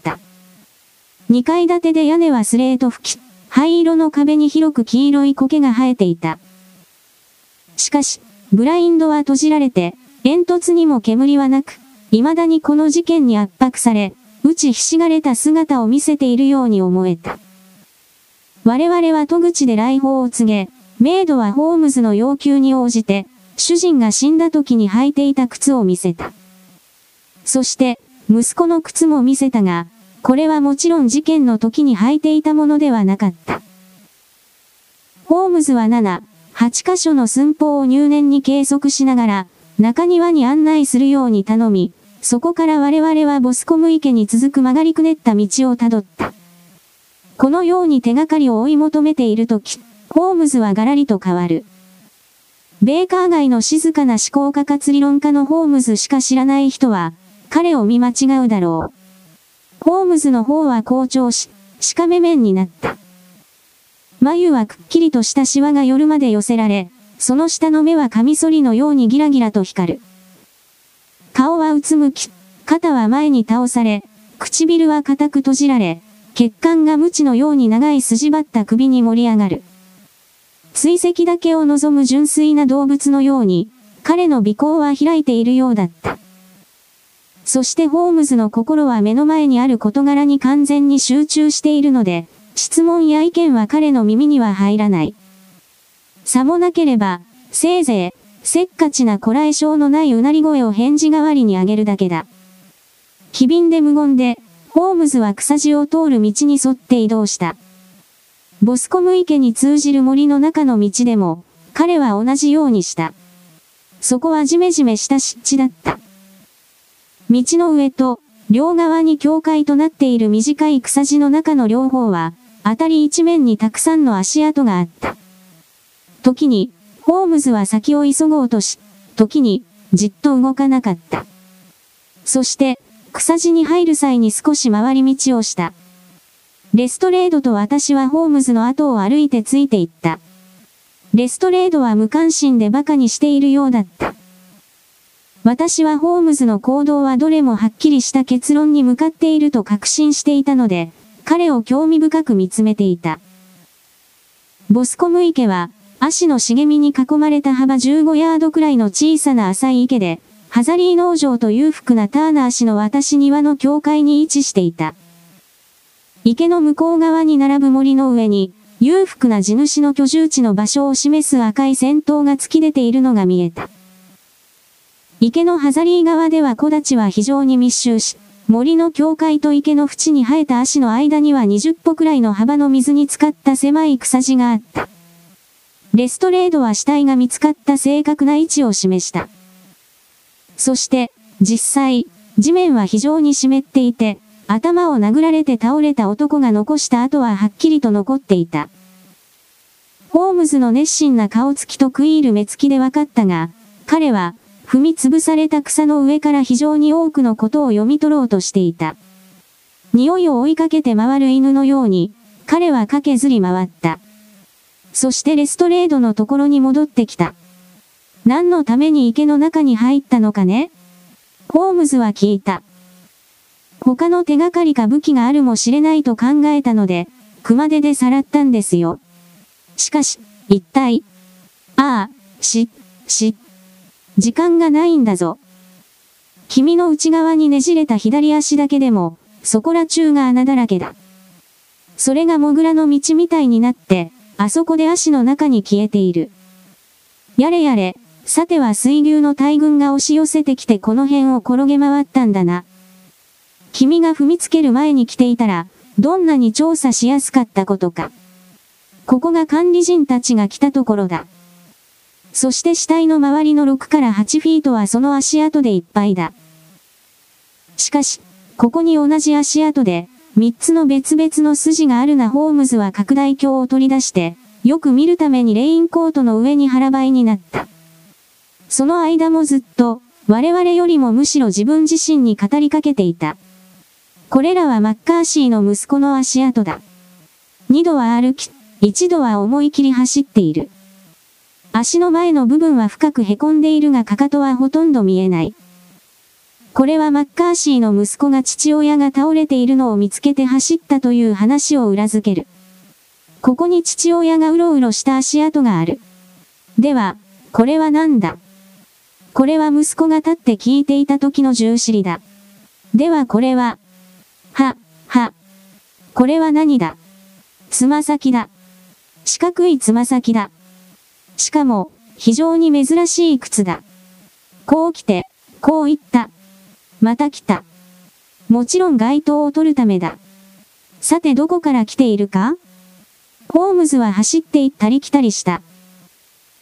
。2階建てで屋根はスレート吹き、灰色の壁に広く黄色い苔が生えていた。しかし、ブラインドは閉じられて、煙突にも煙はなく、未だにこの事件に圧迫され、打ちひしがれた姿を見せているように思えた。我々は戸口で来訪を告げ、メイドはホームズの要求に応じて、主人が死んだ時に履いていた靴を見せた。そして、息子の靴も見せたが、これはもちろん事件の時に履いていたものではなかった。ホームズは7、 8カ所の寸法を入念に計測しながら、中庭に案内するように頼み、そこから我々はボスコム池に続く曲がりくねった道をたどった。このように手がかりを追い求めているとき、ホームズはガラリと変わる。ベーカー街の静かな思考家かつ理論家のホームズしか知らない人は、彼を見間違うだろう。ホームズの方は好調し、しかめ面になった。眉はくっきりとしたシワが夜まで寄せられ、その下の目はカミソリのようにギラギラと光る。顔はうつむき、肩は前に倒され、唇は固く閉じられ、血管が鞭のように長い筋張った首に盛り上がる。追跡だけを望む純粋な動物のように、彼の鼻孔は開いているようだった。そしてホームズの心は目の前にある事柄に完全に集中しているので、質問や意見は彼の耳には入らない。さもなければ、せいぜい、せっかちなこらえ性のないうなり声を返事代わりにあげるだけだ。機敏で無言で、ホームズは草地を通る道に沿って移動した。ボスコム池に通じる森の中の道でも、彼は同じようにした。そこはジメジメした湿地だった。道の上と、両側に境界となっている短い草地の中の両方は、辺り一面にたくさんの足跡があった。時に、ホームズは先を急ごうとし、時に、じっと動かなかった。そして、草地に入る際に少し回り道をした。レストレードと私はホームズの後を歩いてついていった。レストレードは無関心で馬鹿にしているようだった。私はホームズの行動はどれもはっきりした結論に向かっていると確信していたので、彼を興味深く見つめていた。ボスコム池は、足の茂みに囲まれた幅15ヤードくらいの小さな浅い池で、ハザリー農場と裕福なターナー氏の私庭の境界に位置していた。池の向こう側に並ぶ森の上に、裕福な地主の居住地の場所を示す赤い先頭が突き出ているのが見えた。池のハザリー側では木立は非常に密集し、森の境界と池の縁に生えた足の間には20歩くらいの幅の水に浸かった狭い草地があった。レストレードは死体が見つかった正確な位置を示した。そして、実際、地面は非常に湿っていて、頭を殴られて倒れた男が残した跡ははっきりと残っていた。ホームズの熱心な顔つきと食い入る目つきで分かったが、彼は、踏み潰された草の上から非常に多くのことを読み取ろうとしていた。匂いを追いかけて回る犬のように、彼は駆けずり回った。そしてレストレードのところに戻ってきた。何のために池の中に入ったのかね？ホームズは聞いた。他の手がかりか武器があるもしれないと考えたので、熊手でさらったんですよ。しかし、一体。時間がないんだぞ。君の内側にねじれた左足だけでも、そこら中が穴だらけだ。それがモグラの道みたいになって、あそこで足の中に消えている。やれやれ、さては水牛の大群が押し寄せてきてこの辺を転げ回ったんだな。君が踏みつける前に来ていたら、どんなに調査しやすかったことか。ここが管理人たちが来たところだ。そして死体の周りの6から8フィートはその足跡でいっぱいだ。しかし、ここに同じ足跡で、3つの別々の筋があるな。ホームズは拡大鏡を取り出して、よく見るためにレインコートの上に腹ばいになった。その間もずっと、我々よりもむしろ自分自身に語りかけていた。これらはマッカーシーの息子の足跡だ。2度は歩き、1度は思い切り走っている。足の前の部分は深く凹んでいるがかかとはほとんど見えない。これはマッカーシーの息子が父親が倒れているのを見つけて走ったという話を裏付ける。ここに父親がうろうろした足跡がある。では、これは何だ？これは息子が立って聞いていた時の銃尻だ。ではこれは、これは何だ？つま先だ。四角いつま先だ。しかも、非常に珍しい靴だ。こう来て、こう言った。また来た。もちろん街灯を取るためだ。さてどこから来ているか？ホームズは走って行ったり来たりした。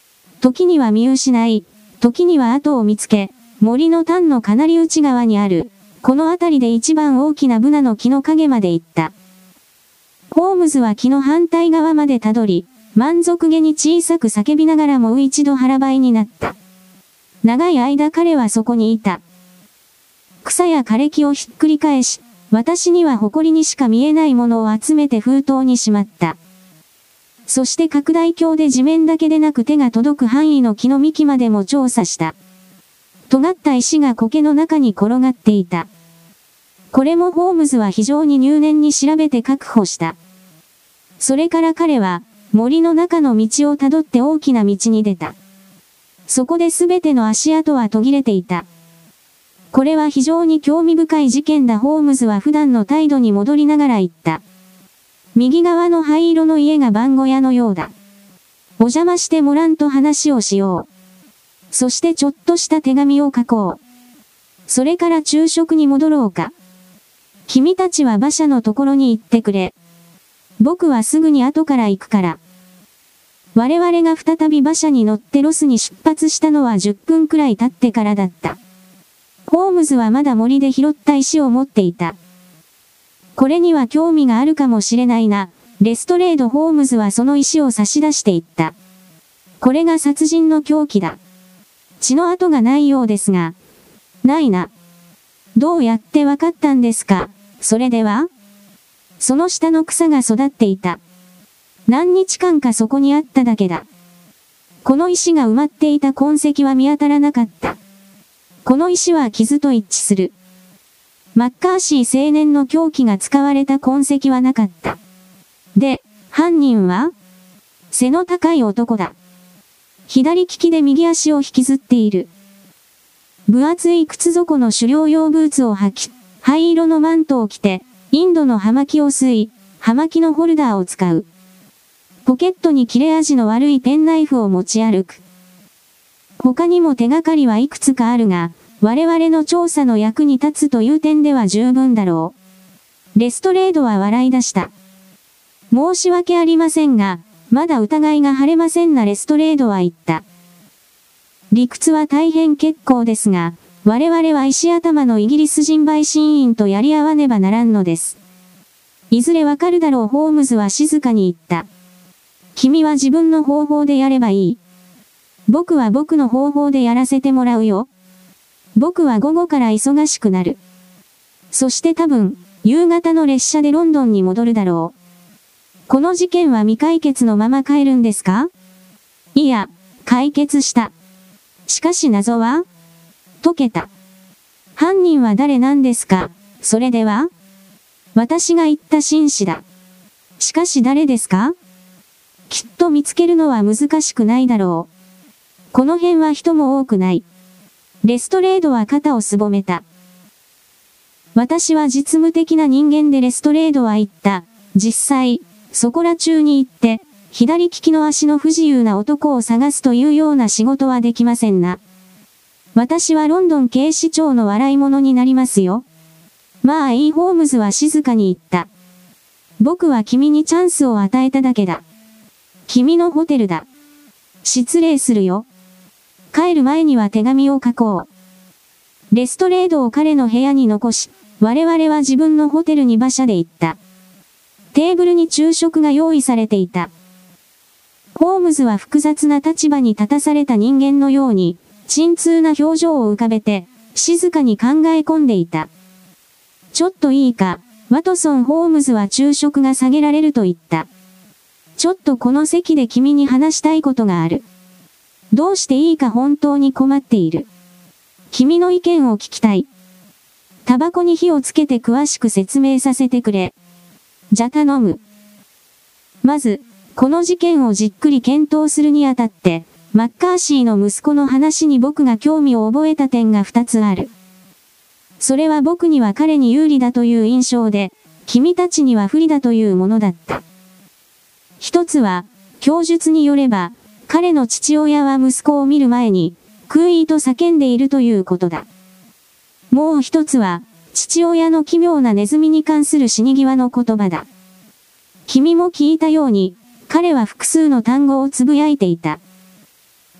時には見失い、時には後を見つけ、森の端のかなり内側にある、この辺りで一番大きなブナの木の影まで行った。ホームズは木の反対側までたどり、満足げに小さく叫びながらもう一度腹ばいになった。長い間彼はそこにいた。草や枯れ木をひっくり返し、私には埃にしか見えないものを集めて封筒にしまった。そして拡大鏡で地面だけでなく手が届く範囲の木の幹までも調査した。尖った石が苔の中に転がっていた。これもホームズは非常に入念に調べて確保した。それから彼は、森の中の道をたどって大きな道に出た。そこで全ての足跡は途切れていた。これは非常に興味深い事件だ。ホームズは普段の態度に戻りながら言った。右側の灰色の家が番小屋のようだ。お邪魔してもらんと話をしよう。そしてちょっとした手紙を書こう。それから昼食に戻ろうか。君たちは馬車のところに行ってくれ。僕はすぐに後から行くから。我々が再び馬車に乗ってロスに出発したのは10分くらい経ってからだった。ホームズはまだ森で拾った石を持っていた。これには興味があるかもしれないな。レストレード・ホームズはその石を差し出していった。これが殺人の凶器だ。血の跡がないようですが。ないな。どうやってわかったんですか、それでは？その下の草が育っていた。何日間かそこにあっただけだ。この石が埋まっていた痕跡は見当たらなかった。この石は傷と一致する。マッカーシー青年の凶器が使われた痕跡はなかった。で、犯人は？背の高い男だ。左利きで右足を引きずっている。分厚い靴底の狩猟用ブーツを履き、灰色のマントを着て、インドの葉巻を吸い、葉巻のホルダーを使う。ポケットに切れ味の悪いペンナイフを持ち歩く。他にも手がかりはいくつかあるが、我々の調査の役に立つという点では十分だろう。レストレードは笑い出した。申し訳ありませんが、まだ疑いが晴れませんな。レストレードは言った。理屈は大変結構ですが、我々は石頭のイギリス人陪審員とやり合わねばならんのです。いずれわかるだろう。ホームズは静かに言った。君は自分の方法でやればいい。僕は僕の方法でやらせてもらうよ。僕は午後から忙しくなる。そして多分、夕方の列車でロンドンに戻るだろう。この事件は未解決のまま帰るんですか？いや、解決した。しかし謎は？解けた。犯人は誰なんですか？それでは？私が言った紳士だ。しかし誰ですか？きっと見つけるのは難しくないだろう。この辺は人も多くない。レストレードは肩をすぼめた。私は実務的な人間でレストレードは言った。実際、そこら中に行って、左利きの足の不自由な男を探すというような仕事はできませんな。私はロンドン警視庁の笑い物になりますよ。まあいい。ホームズは静かに言った。僕は君にチャンスを与えただけだ。君のホテルだ。失礼するよ。帰る前には手紙を書こう。レストレードを彼の部屋に残し、我々は自分のホテルに馬車で行った。テーブルに昼食が用意されていた。ホームズは複雑な立場に立たされた人間のように、沈痛な表情を浮かべて、静かに考え込んでいた。ちょっといいか、ワトソン。ホームズは昼食が下げられると言った。ちょっとこの席で君に話したいことがある。どうしていいか本当に困っている。君の意見を聞きたい。タバコに火をつけて詳しく説明させてくれ。じゃ頼む。まず、この事件をじっくり検討するにあたって、マッカーシーの息子の話に僕が興味を覚えた点が2つある。それは僕には彼に有利だという印象で、君たちには不利だというものだった。一つは、供述によれば、彼の父親は息子を見る前に、空意と叫んでいるということだ。もう一つは、父親の奇妙なネズミに関する死に際の言葉だ。君も聞いたように、彼は複数の単語をつぶやいていた。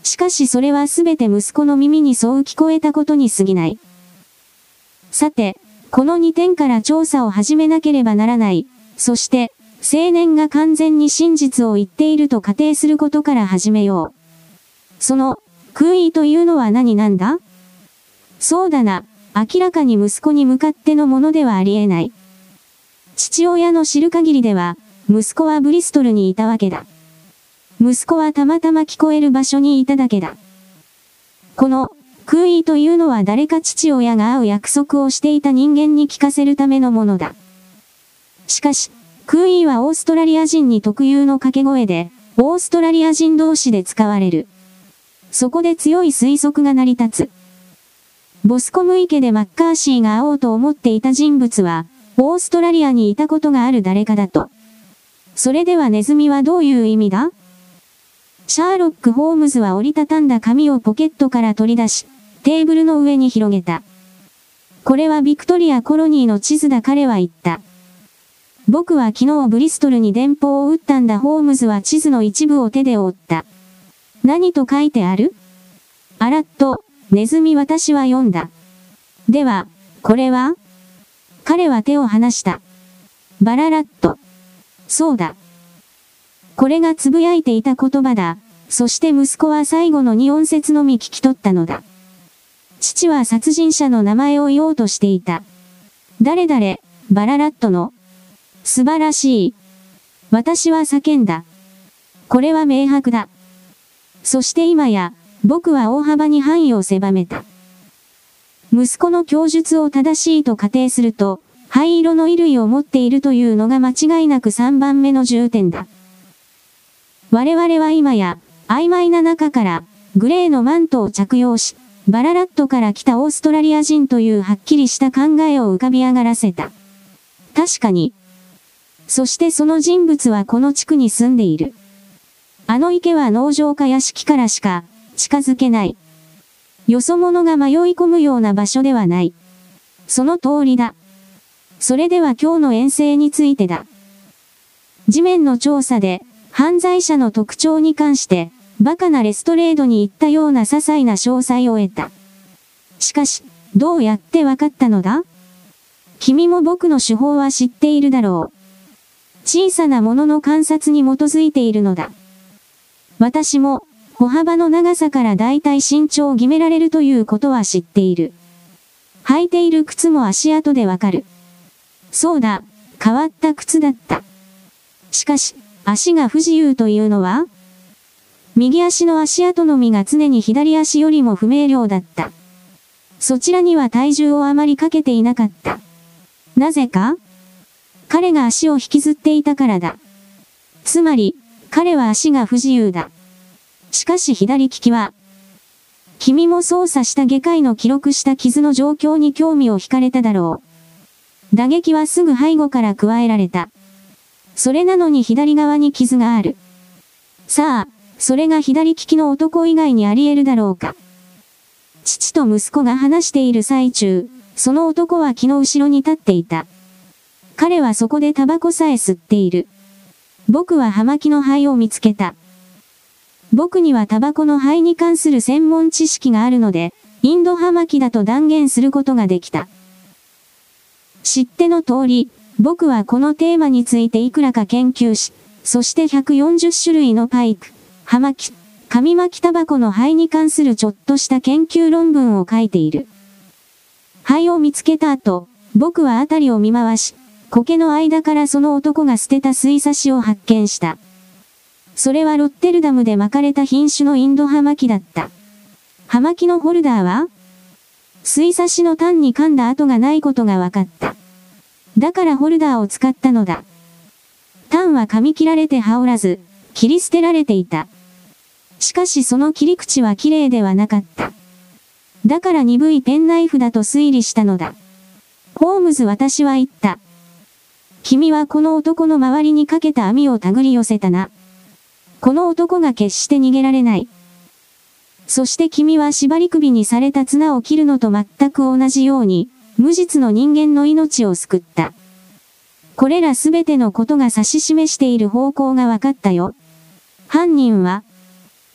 しかしそれはすべて息子の耳にそう聞こえたことに過ぎない。さて、この2点から調査を始めなければならない。そして、青年が完全に真実を言っていると仮定することから始めよう。その、空意というのは何なんだ？そうだな、明らかに息子に向かってのものではありえない。父親の知る限りでは、息子はブリストルにいたわけだ。息子はたまたま聞こえる場所にいただけだ。この、空意というのは誰か父親が会う約束をしていた人間に聞かせるためのものだ。しかし、空意はオーストラリア人に特有の掛け声で、オーストラリア人同士で使われる。そこで強い推測が成り立つ。ボスコム池でマッカーシーが会おうと思っていた人物は、オーストラリアにいたことがある誰かだと。それではネズミはどういう意味だ？シャーロック・ホームズは折りたたんだ紙をポケットから取り出し、テーブルの上に広げた。これはビクトリアコロニーの地図だ彼は言った。僕は昨日ブリストルに電報を打ったんだ。ホームズは地図の一部を手で覆った。何と書いてある？あらっと、ネズミ私は読んだ。では、これは？彼は手を離した。バララッと。そうだ。これがつぶやいていた言葉だ。そして息子は最後の2音節のみ聞き取ったのだ。父は殺人者の名前を言おうとしていた。誰々、バララットの。素晴らしい。私は叫んだ。これは明白だ。そして今や、僕は大幅に範囲を狭めた。息子の供述を正しいと仮定すると、灰色の衣類を持っているというのが間違いなく3番目の重点だ。我々は今や、曖昧な中から、グレーのマントを着用し、バララットから来たオーストラリア人というはっきりした考えを浮かび上がらせた。確かに。そしてその人物はこの地区に住んでいる。あの池は農場か屋敷からしか近づけない。よそ者が迷い込むような場所ではない。その通りだ。それでは今日の遠征についてだ。地面の調査で、犯罪者の特徴に関して、バカなレストレードに行ったような些細な詳細を得た。しかし、どうやってわかったのだ？君も僕の手法は知っているだろう。小さなものの観察に基づいているのだ。私も、歩幅の長さからだいたい身長を決められるということは知っている。履いている靴も足跡でわかる。そうだ、変わった靴だった。しかし、足が不自由というのは？右足の足跡のみが常に左足よりも不明瞭だった。そちらには体重をあまりかけていなかった。なぜか？彼が足を引きずっていたからだ。つまり、彼は足が不自由だ。しかし左利きは、君も操作した外科医の記録した傷の状況に興味を惹かれただろう。打撃はすぐ背後から加えられた。それなのに左側に傷がある。さあ、それが左利きの男以外にあり得るだろうか。父と息子が話している最中、その男は木の後ろに立っていた。彼はそこでタバコさえ吸っている。僕は葉巻の灰を見つけた。僕にはタバコの灰に関する専門知識があるので、インド葉巻だと断言することができた。知っての通り、僕はこのテーマについていくらか研究し、そして140種類のパイプ、葉巻、紙巻きタバコの灰に関するちょっとした研究論文を書いている。灰を見つけた後、僕は辺りを見回し、苔の間からその男が捨てた水差しを発見した。それはロッテルダムで巻かれた品種のインド葉巻だった。葉巻のホルダーは？水差しの単に噛んだ跡がないことが分かった。だからホルダーを使ったのだ。単は噛み切られて羽織らず、切り捨てられていた。しかしその切り口は綺麗ではなかった。だから鈍いペンナイフだと推理したのだ。ホームズ私は言った。君はこの男の周りにかけた網を手繰り寄せたな。この男が決して逃げられない。そして君は縛り首にされた綱を切るのと全く同じように、無実の人間の命を救った。これらすべてのことが指し示している方向が分かったよ。犯人は、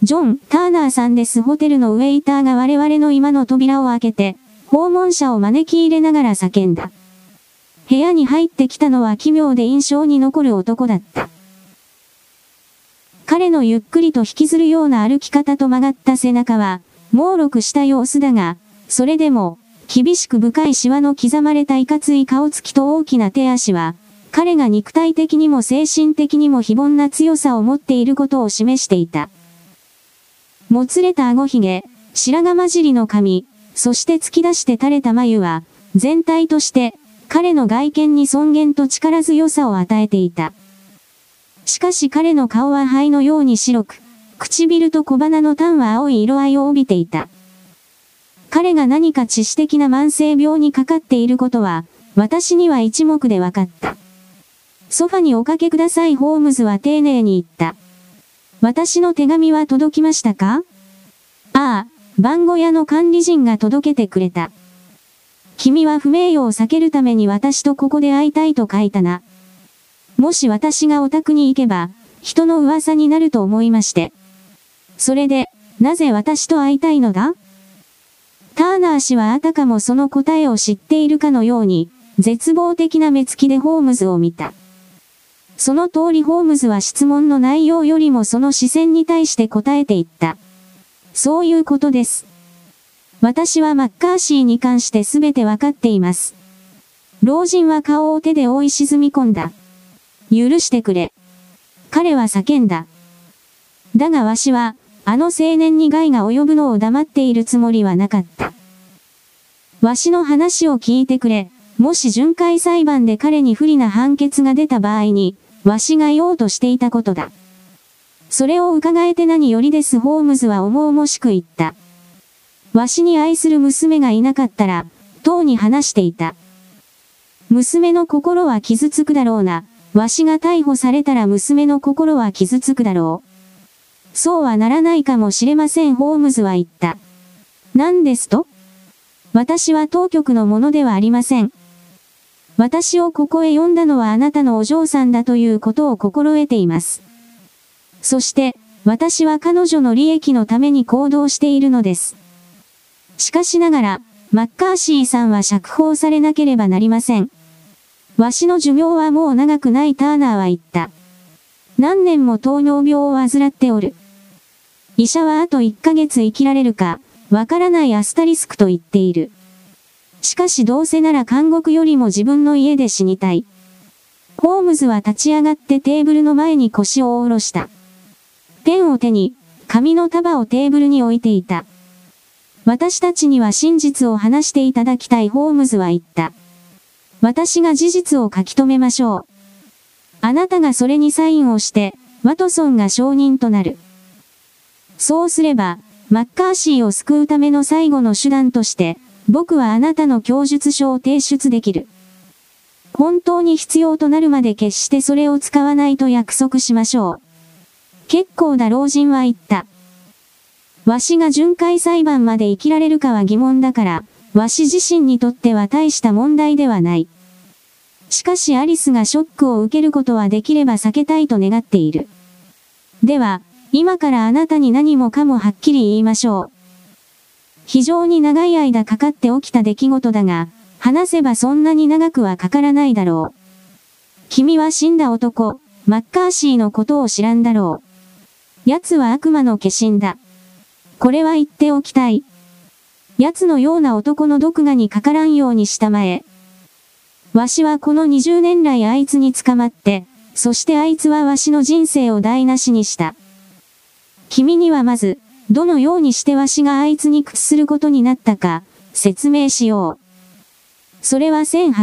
ジョン・ターナーさんです。ホテルのウェイターが我々の居間の扉を開けて、訪問者を招き入れながら叫んだ。部屋に入ってきたのは奇妙で印象に残る男だった。彼のゆっくりと引きずるような歩き方と曲がった背中は、猛録した様子だが、それでも、厳しく深いシワの刻まれたいかつい顔つきと大きな手足は、彼が肉体的にも精神的にも非凡な強さを持っていることを示していた。もつれた顎ひげ、白髪混じりの髪、そして突き出して垂れた眉は、全体として、彼の外見に尊厳と力強さを与えていた。しかし彼の顔は灰のように白く、唇と小鼻の端は青い色合いを帯びていた。彼が何か致死的な慢性病にかかっていることは、私には一目で分かった。ソファにおかけください。ホームズは丁寧に言った。私の手紙は届きましたか？ああ、番小屋の管理人が届けてくれた。君は不名誉を避けるために私とここで会いたいと書いたな。もし私がお宅に行けば、人の噂になると思いまして。それで、なぜ私と会いたいのだ？ターナー氏はあたかもその答えを知っているかのように、絶望的な目つきでホームズを見た。その通りホームズは質問の内容よりもその視線に対して答えていった。そういうことです。私はマッカーシーに関してすべてわかっています。老人は顔を手で覆い沈み込んだ。許してくれ。彼は叫んだ。だがわしは、あの青年に害が及ぶのを黙っているつもりはなかった。わしの話を聞いてくれ。もし巡回裁判で彼に不利な判決が出た場合に、わしが言おうとしていたことだ。それを伺えて何よりです。ホームズは重々しく言った。わしに愛する娘がいなかったら、とうに話していた。娘の心は傷つくだろうな。わしが逮捕されたら娘の心は傷つくだろう。そうはならないかもしれません。ホームズは言った。何ですと？私は当局のものではありません。私をここへ呼んだのはあなたのお嬢さんだということを心得ています。そして、私は彼女の利益のために行動しているのです。しかしながら、マッカーシーさんは釈放されなければなりません。わしの寿命はもう長くない。ターナーは言った。何年も糖尿病を患っておる。医者はあと1ヶ月生きられるか、わからないアスタリスクと言っている。しかしどうせなら監獄よりも自分の家で死にたい。ホームズは立ち上がってテーブルの前に腰を下ろした。ペンを手に、紙の束をテーブルに置いていた。私たちには真実を話していただきたい。ホームズは言った。私が事実を書き留めましょう。あなたがそれにサインをして、ワトソンが証人となる。そうすれば、マッカーシーを救うための最後の手段として、僕はあなたの供述書を提出できる。本当に必要となるまで決してそれを使わないと約束しましょう。結構だ。老人は言った。わしが巡回裁判まで生きられるかは疑問だから、わし自身にとっては大した問題ではない。しかしアリスがショックを受けることはできれば避けたいと願っている。では、今からあなたに何もかもはっきり言いましょう。非常に長い間かかって起きた出来事だが、話せばそんなに長くはかからないだろう。君は死んだ男、マッカーシーのことを知らんだろう。奴は悪魔の化身だ。これは言っておきたい。奴のような男の毒牙にかからんようにしたまえ。わしはこの20年来あいつに捕まって、そしてあいつはわしの人生を台無しにした。君にはまず、どのようにしてわしがあいつに屈することになったか、説明しよう。それは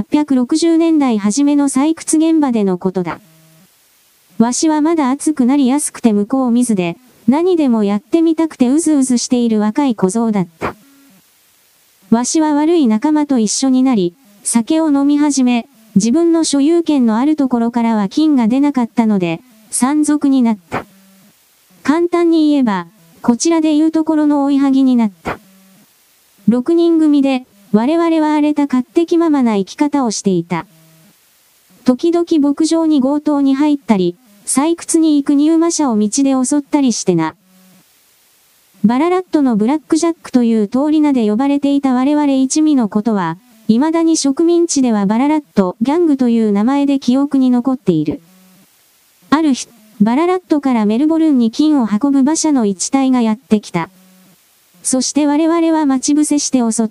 1860年代初めの採掘現場でのことだ。わしはまだ熱くなりやすくて向こう見ずで、何でもやってみたくてうずうずしている若い小僧だった。わしは悪い仲間と一緒になり、酒を飲み始め、自分の所有権のあるところからは金が出なかったので、山賊になった。簡単に言えば、こちらで言うところの追いはぎになった。6人組で、我々は荒れた勝手気ままな生き方をしていた。時々牧場に強盗に入ったり、採掘に行く入馬車を道で襲ったりしてな。 バララットのブラックジャックという通り名で呼ばれていた我々一味のことは、未だに植民地ではバララットギャングという名前で記憶に残っている。ある日、バララットからメルボルンに金を運ぶ馬車の一隊がやってきた。そして我々は待ち伏せして襲った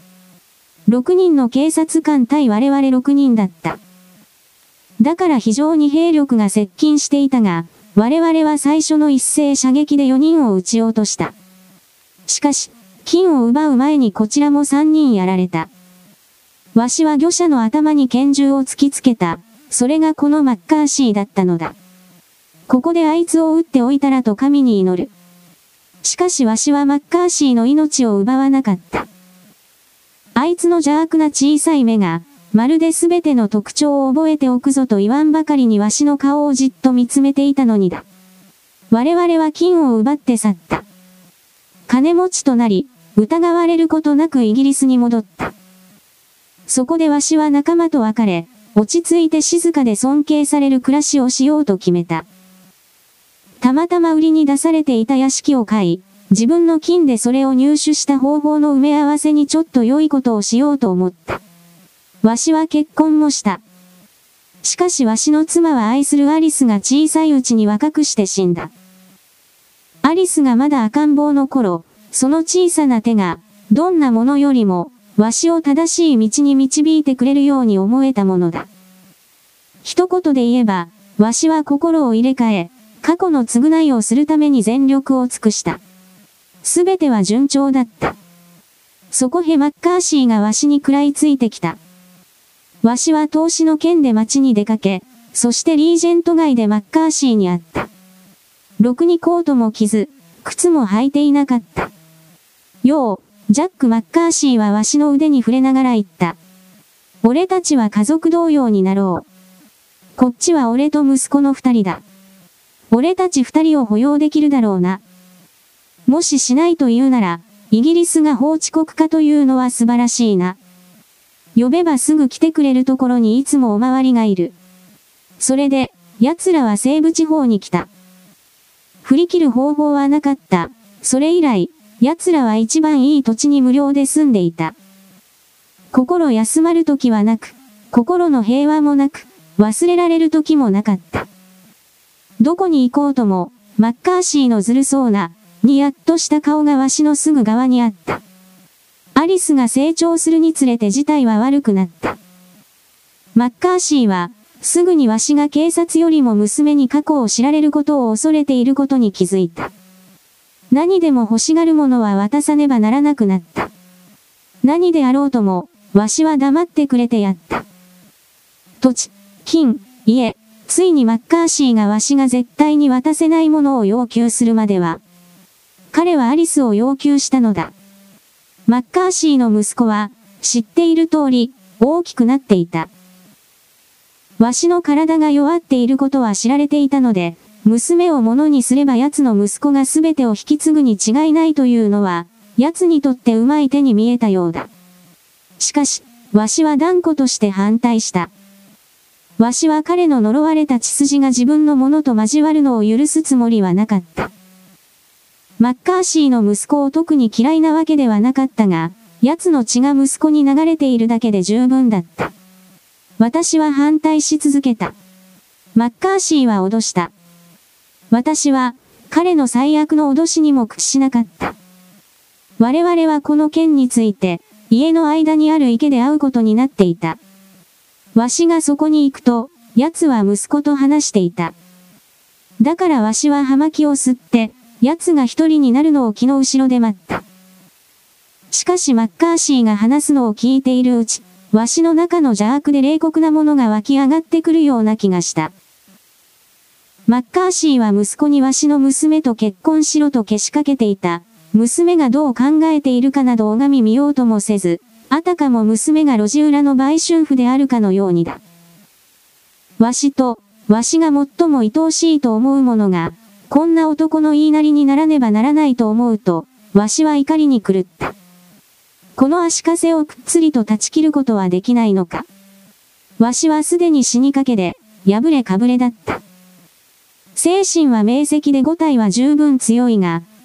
。6人の警察官対我々6人だった。だから非常に兵力が接近していたが、我々は最初の一斉射撃で4人を撃ち落とした。しかし、金を奪う前にこちらも3人やられた。わしは魚者の頭に拳銃を突きつけた。それがこのマッカーシーだったのだ。ここであいつを撃っておいたらと神に祈る。しかしわしはマッカーシーの命を奪わなかった。あいつの邪悪な小さい目が、まるで全ての特徴を覚えておくぞと言わんばかりにわしの顔をじっと見つめていたのにだ。我々は金を奪って去った。金持ちとなり、疑われることなくイギリスに戻った。そこでわしは仲間と別れ、落ち着いて静かで尊敬される暮らしをしようと決めた。たまたま売りに出されていた屋敷を買い、自分の金でそれを入手した方法の埋め合わせにちょっと良いことをしようと思った。わしは結婚もした。しかしわしの妻は愛するアリスが小さいうちに若くして死んだ。アリスがまだ赤ん坊の頃、その小さな手が、どんなものよりも、わしを正しい道に導いてくれるように思えたものだ。一言で言えば、わしは心を入れ替え、過去の償いをするために全力を尽くした。すべては順調だった。そこへマッカーシーがわしに食らいついてきた。わしは投資の件で町に出かけ、そしてリージェント街でマッカーシーに会った。ろくにコートも着ず、靴も履いていなかった。よう、ジャック・マッカーシーはわしの腕に触れながら言った。俺たちは家族同様になろう。こっちは俺と息子の2人だ。俺たち2人を保養できるだろうな。もししないと言うなら、イギリスが法治国家というのは素晴らしいな。呼べばすぐ来てくれるところにいつもおまわりがいる。それで、奴らは西部地方に来た。振り切る方法はなかった。それ以来、奴らは一番いい土地に無料で住んでいた。心休まる時はなく、心の平和もなく、忘れられる時もなかった。どこに行こうとも、マッカーシーのずるそうな、にやっとした顔がわしのすぐ側にあった。アリスが成長するにつれて事態は悪くなった。マッカーシーは、すぐにわしが警察よりも娘に過去を知られることを恐れていることに気づいた。何でも欲しがるものは渡さねばならなくなった。何であろうとも、わしは黙ってくれてやった。土地、金、家、ついにマッカーシーがわしが絶対に渡せないものを要求するまでは、彼はアリスを要求したのだ。マッカーシーの息子は、知っている通り、大きくなっていた。わしの体が弱っていることは知られていたので、娘をものにすれば奴の息子が全てを引き継ぐに違いないというのは、奴にとってうまい手に見えたようだ。しかし、わしは断固として反対した。わしは彼の呪われた血筋が自分のものと交わるのを許すつもりはなかった。マッカーシーの息子を特に嫌いなわけではなかったが、奴の血が息子に流れているだけで十分だった。私は反対し続けた。マッカーシーは脅した。私は、彼の最悪の脅しにも屈しなかった。我々はこの件について、家の間にある池で会うことになっていた。わしがそこに行くと、奴は息子と話していた。だからわしは葉巻を吸って、奴が一人になるのを木の後ろで待った。しかしマッカーシーが話すのを聞いているうち、わしの中の邪悪で冷酷なものが湧き上がってくるような気がした。マッカーシーは息子にわしの娘と結婚しろとけしかけていた。娘がどう考えているかなど拝み見ようともせず、あたかも娘が路地裏の売春婦であるかのようにだ。わしが最も愛おしいと思うものが、こんな男の言いなりにならねばならないと思うと、わしは怒りに狂った。この足かせをくっつりと断ち切ることはできないのか。わしはすでに死にかけで、破れかぶれだった。精神は明晰で五体は十分強いが、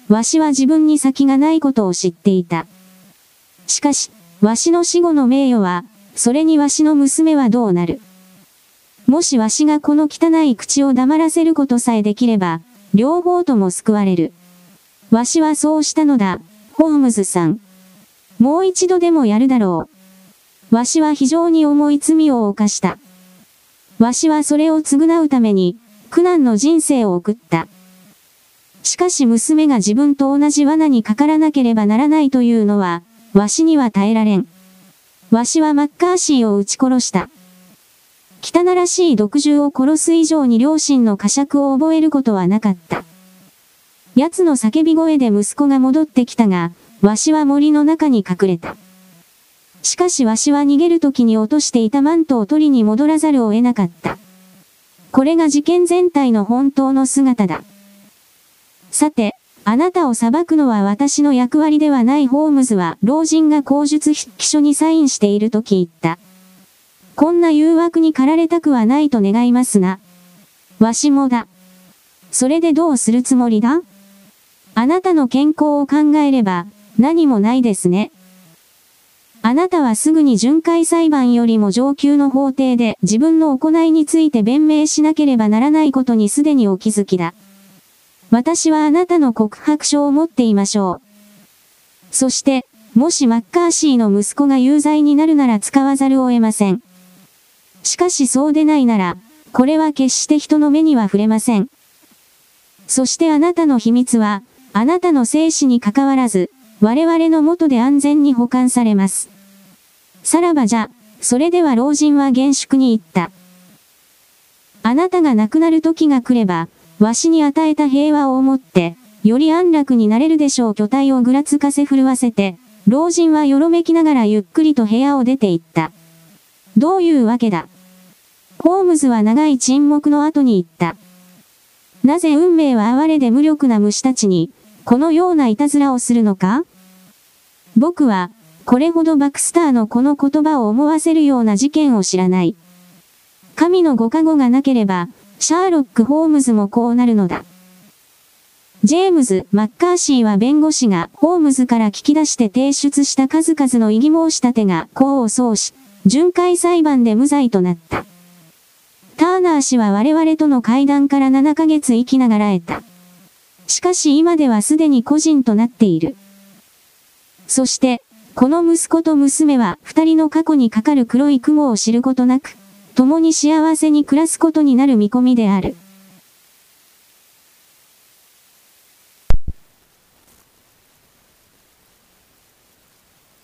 わしは自分に先がないことを知っていた。しかし、わしの死後の名誉は、それにわしの娘はどうなる。もしわしがこの汚い口を黙らせることさえできれば、両方とも救われる。わしはそうしたのだ、ホームズさん。もう一度でもやるだろう。わしは非常に重い罪を犯した。わしはそれを償うために、苦難の人生を送った。しかし娘が自分と同じ罠にかからなければならないというのは、わしには耐えられん。わしはマッカーシーを撃ち殺した。汚らしい毒獣を殺す以上に両親の呵責を覚えることはなかった。奴の叫び声で息子が戻ってきたが、わしは森の中に隠れた。しかしわしは逃げる時に落としていたマントを取りに戻らざるを得なかった。これが事件全体の本当の姿だ。さて、あなたを裁くのは私の役割ではない。ホームズは老人が口述筆記書にサインしているとき言った。こんな誘惑に駆られたくはないと願いますな。わしもだ。それでどうするつもりだ？あなたの健康を考えれば、何もないですね。あなたはすぐに巡回裁判よりも上級の法廷で自分の行いについて弁明しなければならないことにすでにお気づきだ。私はあなたの告白書を持っていましょう。そして、もしマッカーシーの息子が有罪になるなら使わざるを得ません。しかしそうでないなら、これは決して人の目には触れません。そしてあなたの秘密は、あなたの生死に関わらず、我々の元で安全に保管されます。さらばじゃ、それでは老人は厳粛に言った。あなたが亡くなる時が来れば、わしに与えた平和を思って、より安楽になれるでしょう。巨体をぐらつかせ震わせて、老人はよろめきながらゆっくりと部屋を出て行った。どういうわけだ。ホームズは長い沈黙の後に言った。なぜ運命は哀れで無力な虫たちに、このようないたずらをするのか？僕は、これほどバクスターのこの言葉を思わせるような事件を知らない。神のご加護がなければ、シャーロック・ホームズもこうなるのだ。ジェームズ・マッカーシーは弁護士がホームズから聞き出して提出した数々の異議申し立てが功を奏し、巡回裁判で無罪となった。ターナー氏は我々との会談から7ヶ月生きながら得た。しかし今ではすでに個人となっている。そして、この息子と娘は二人の過去にかかる黒い雲を知ることなく、共に幸せに暮らすことになる見込みである。